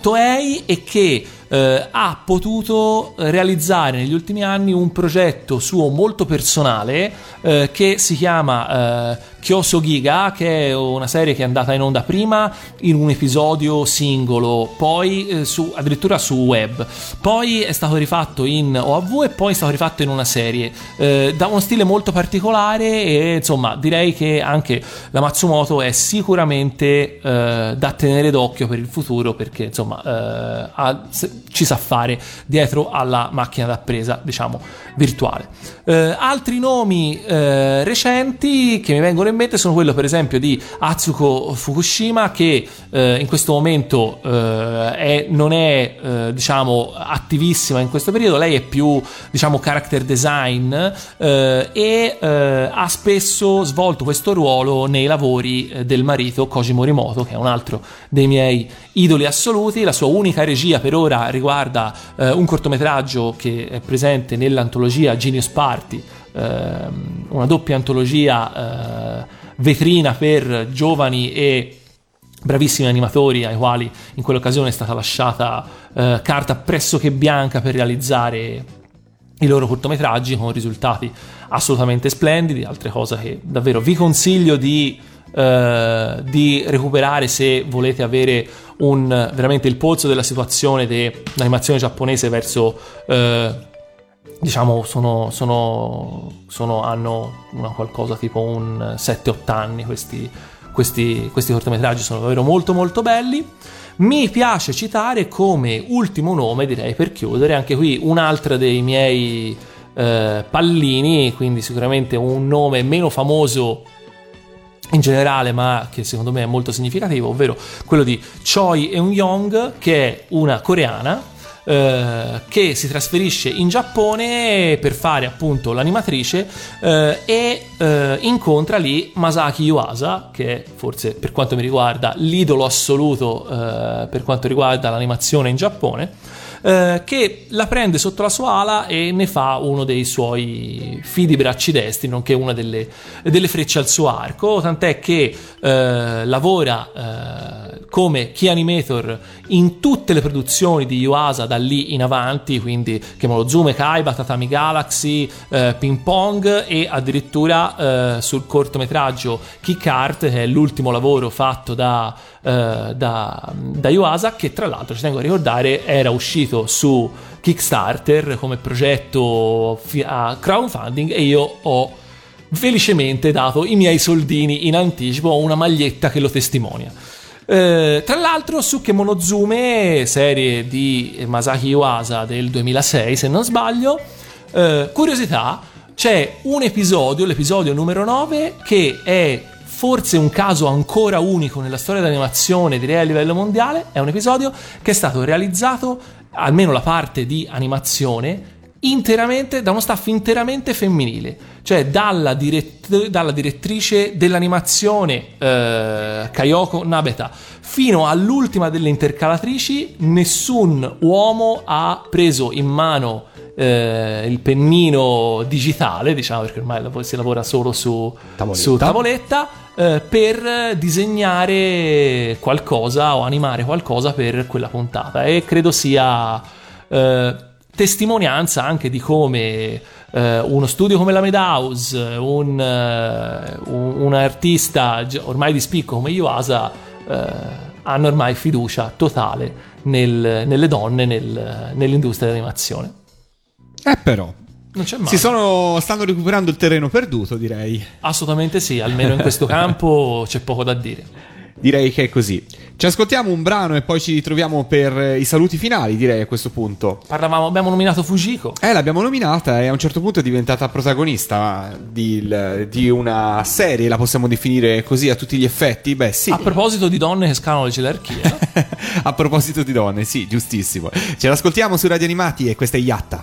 Toei e che ha potuto realizzare negli ultimi anni un progetto suo molto personale che si chiama Kyoso Giga, che è una serie che è andata in onda prima in un episodio singolo, poi addirittura su web, poi è stato rifatto in OAV e poi è stato rifatto in una serie da uno stile molto particolare, e insomma direi che anche la Matsumoto è sicuramente da tenere d'occhio per il futuro, perché insomma ci sa fare dietro alla macchina da presa, diciamo, virtuale. Altri nomi recenti che mi vengono in mente sono quello per esempio di Atsuko Fukushima, che in questo momento non è diciamo attivissima in questo periodo. Lei è più, diciamo, character design e ha spesso svolto questo ruolo nei lavori del marito Koji Morimoto, che è un altro dei miei idoli assoluti. La sua unica regia per ora riguarda un cortometraggio che è presente nell'antologia Genius Party, una doppia antologia vetrina per giovani e bravissimi animatori ai quali in quell'occasione è stata lasciata carta pressoché bianca per realizzare i loro cortometraggi con risultati assolutamente splendidi. Altre cose che davvero vi consiglio di recuperare se volete avere veramente il polso della situazione dell'animazione giapponese verso diciamo hanno una qualcosa tipo un 7-8 anni questi cortometraggi, sono davvero molto molto belli. Mi piace citare come ultimo nome, direi per chiudere, anche qui un altro dei miei pallini, quindi sicuramente un nome meno famoso in generale, ma che secondo me è molto significativo, ovvero quello di Choi Eun-young, che è una coreana che si trasferisce in Giappone per fare appunto l'animatrice e incontra lì Masaki Yuasa, che è forse, per quanto mi riguarda, l'idolo assoluto per quanto riguarda l'animazione in Giappone, che la prende sotto la sua ala e ne fa uno dei suoi fidi bracci destri, nonché una delle frecce al suo arco, tant'è che lavora come key animator in tutte le produzioni di Yuasa da lì in avanti, quindi Kemonozume, Kaiba, Tatami Galaxy, Ping Pong, e addirittura sul cortometraggio Kick Art, che è l'ultimo lavoro fatto da Yuasa, che tra l'altro, ci tengo a ricordare, era uscito su Kickstarter come progetto a crowdfunding, e io ho felicemente dato i miei soldini in anticipo, ho una maglietta che lo testimonia. Tra l'altro su Kemonozume, serie di Masaki Yuasa del 2006 se non sbaglio, curiosità, c'è un episodio, l'episodio numero 9, che è forse un caso ancora unico nella storia dell'animazione, direi a livello mondiale. È un episodio che è stato realizzato, almeno la parte di animazione, interamente da uno staff interamente femminile, cioè dalla direttrice dell'animazione Kayoko Nabeta fino all'ultima delle intercalatrici. Nessun uomo ha preso in mano il pennino digitale, diciamo, perché ormai si lavora solo su tavoletta, per disegnare qualcosa o animare qualcosa per quella puntata, e credo sia testimonianza anche di come uno studio come la Madhouse, un artista ormai di spicco come Yuasa hanno ormai fiducia totale nelle donne nell'industria dell'animazione. Però non c'è mai. Stanno recuperando il terreno perduto, direi. Assolutamente sì, almeno in questo campo c'è poco da dire. Direi che è così. Ci ascoltiamo un brano e poi ci ritroviamo per i saluti finali, direi, a questo punto. Abbiamo nominato Fujiko. L'abbiamo nominata e a un certo punto è diventata protagonista di una serie, la possiamo definire così a tutti gli effetti? Beh, sì. A proposito di donne che scalano le gerarchie. A proposito di donne, sì, giustissimo. Ce l'ascoltiamo su Radio Animati e questa è Yatta.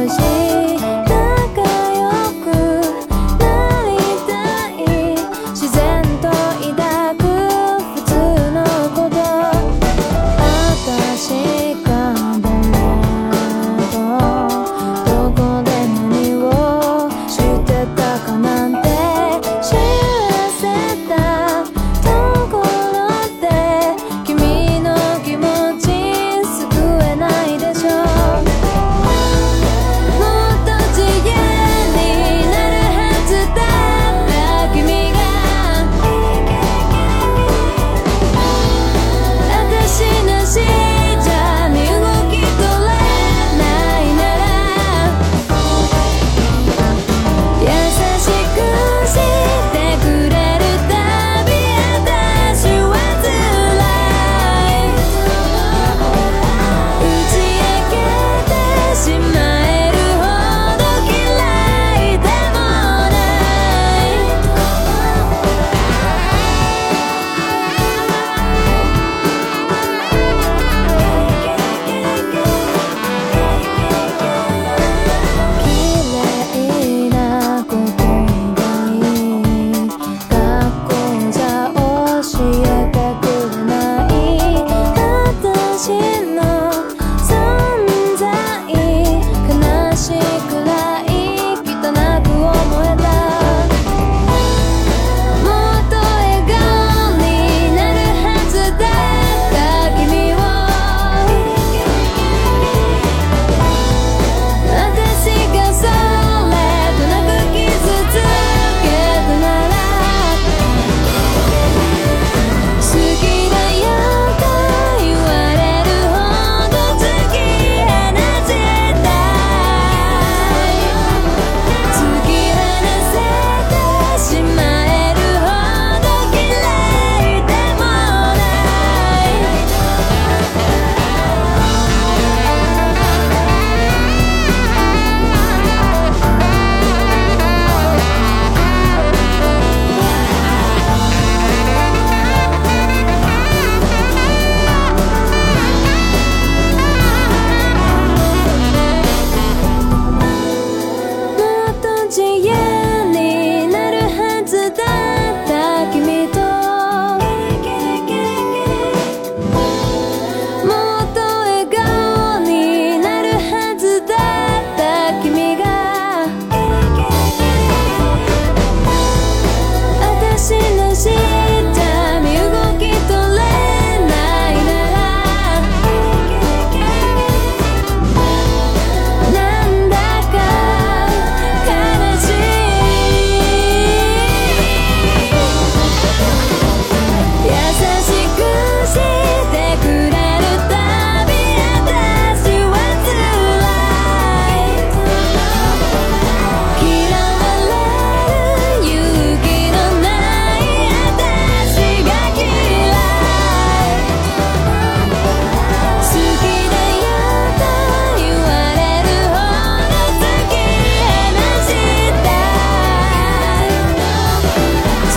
自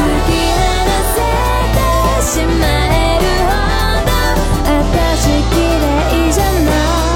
き離せてしまえるほど私綺麗じゃない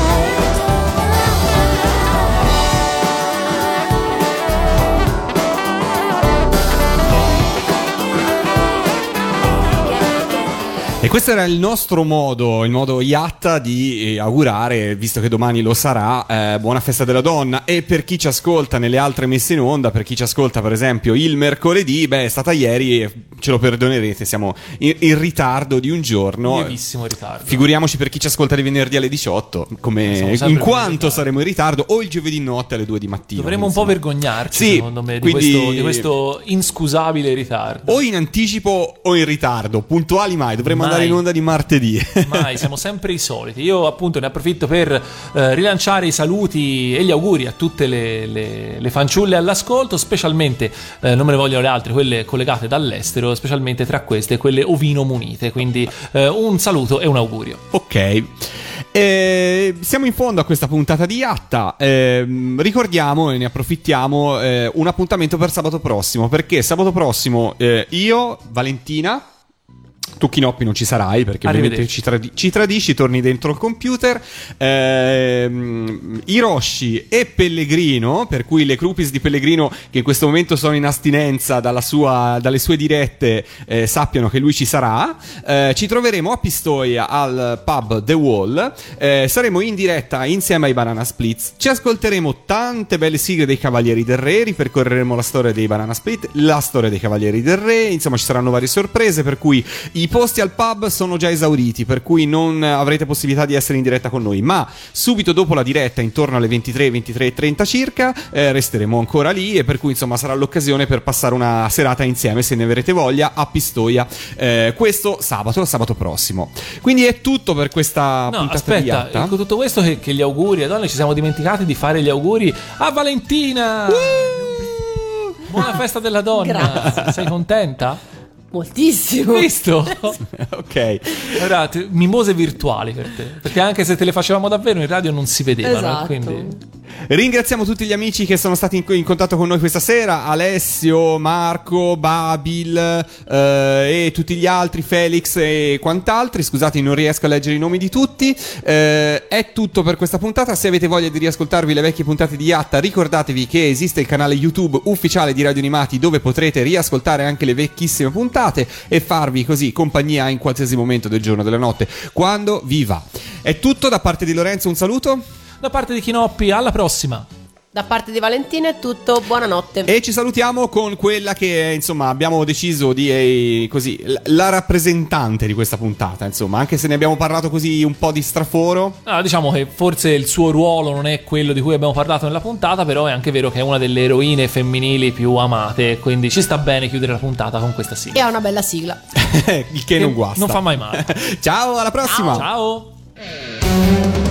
E questo era il nostro modo, il modo Yatta di augurare, visto che domani lo sarà, buona festa della donna. E per chi ci ascolta nelle altre messe in onda, per chi ci ascolta per esempio il mercoledì, beh, è stata ieri e ce lo perdonerete, siamo in ritardo di un giorno. Lievissimo ritardo. Figuriamoci per chi ci ascolta di venerdì alle 18, in quanto saremo in ritardo, o il giovedì notte alle 2 di mattina. Dovremmo un po' vergognarci, sì, secondo me, quindi, di questo inscusabile ritardo. O in anticipo o in ritardo, puntuali mai, dovremmo andare in onda di martedì. Mai, siamo sempre i soliti. Io appunto ne approfitto per rilanciare i saluti e gli auguri a tutte le fanciulle all'ascolto, specialmente, non me ne vogliono le altre, quelle collegate dall'estero, specialmente tra queste quelle ovino munite, quindi un saluto e un augurio. Ok. Siamo in fondo a questa puntata di Yatta. Ricordiamo e ne approfittiamo un appuntamento per sabato prossimo, perché sabato prossimo io, Valentina, tu Chinoppi non ci sarai perché ovviamente ci tradisci, torni dentro il computer. Hiroshi e Pellegrino, per cui le groupies di Pellegrino che in questo momento sono in astinenza dalle sue dirette, sappiano che lui ci sarà. Ci troveremo a Pistoia al pub The Wall. Saremo in diretta insieme ai Banana Splits. Ci ascolteremo tante belle sigle dei Cavalieri del Re, ripercorreremo la storia dei Banana Split, la storia dei Cavalieri del Re, insomma ci saranno varie sorprese, per cui i posti al pub sono già esauriti, per cui non avrete possibilità di essere in diretta con noi, ma subito dopo la diretta, intorno alle 23:30 circa, resteremo ancora lì, e per cui insomma sarà l'occasione per passare una serata insieme, se ne avrete voglia, a Pistoia, questo sabato prossimo. Quindi è tutto per questa puntata di Yatta. Con tutto questo che gli auguri a donne, ci siamo dimenticati di fare gli auguri a Valentina. Buona festa della donna. Grazie. Sei contenta? Moltissimo. Visto? Ok. Ora, mimose virtuali per te, perché anche se te le facevamo davvero in radio non si vedevano, Esatto. quindi... Ringraziamo tutti gli amici che sono stati in contatto con noi questa sera: Alessio, Marco, Babil e tutti gli altri, Felix e quant'altri. Scusate, non riesco a leggere i nomi di tutti. È tutto per questa puntata. Se avete voglia di riascoltarvi le vecchie puntate di Yatta, ricordatevi che esiste il canale YouTube ufficiale di Radio Animati, dove potrete riascoltare anche le vecchissime puntate e farvi così compagnia in qualsiasi momento del giorno o della notte, quando vi va. È tutto da parte di Lorenzo, un saluto. Da parte di Chinoppi, alla prossima. Da parte di Valentina è tutto, buonanotte. E ci salutiamo con quella che insomma abbiamo deciso di così, la rappresentante di questa puntata, insomma, anche se ne abbiamo parlato così un po' di straforo. Diciamo che forse il suo ruolo non è quello di cui abbiamo parlato nella puntata, però è anche vero che è una delle eroine femminili più amate, quindi ci sta bene chiudere la puntata con questa sigla. E ha una bella sigla. Il che non guasta. Non fa mai male. Ciao, alla prossima. Ciao.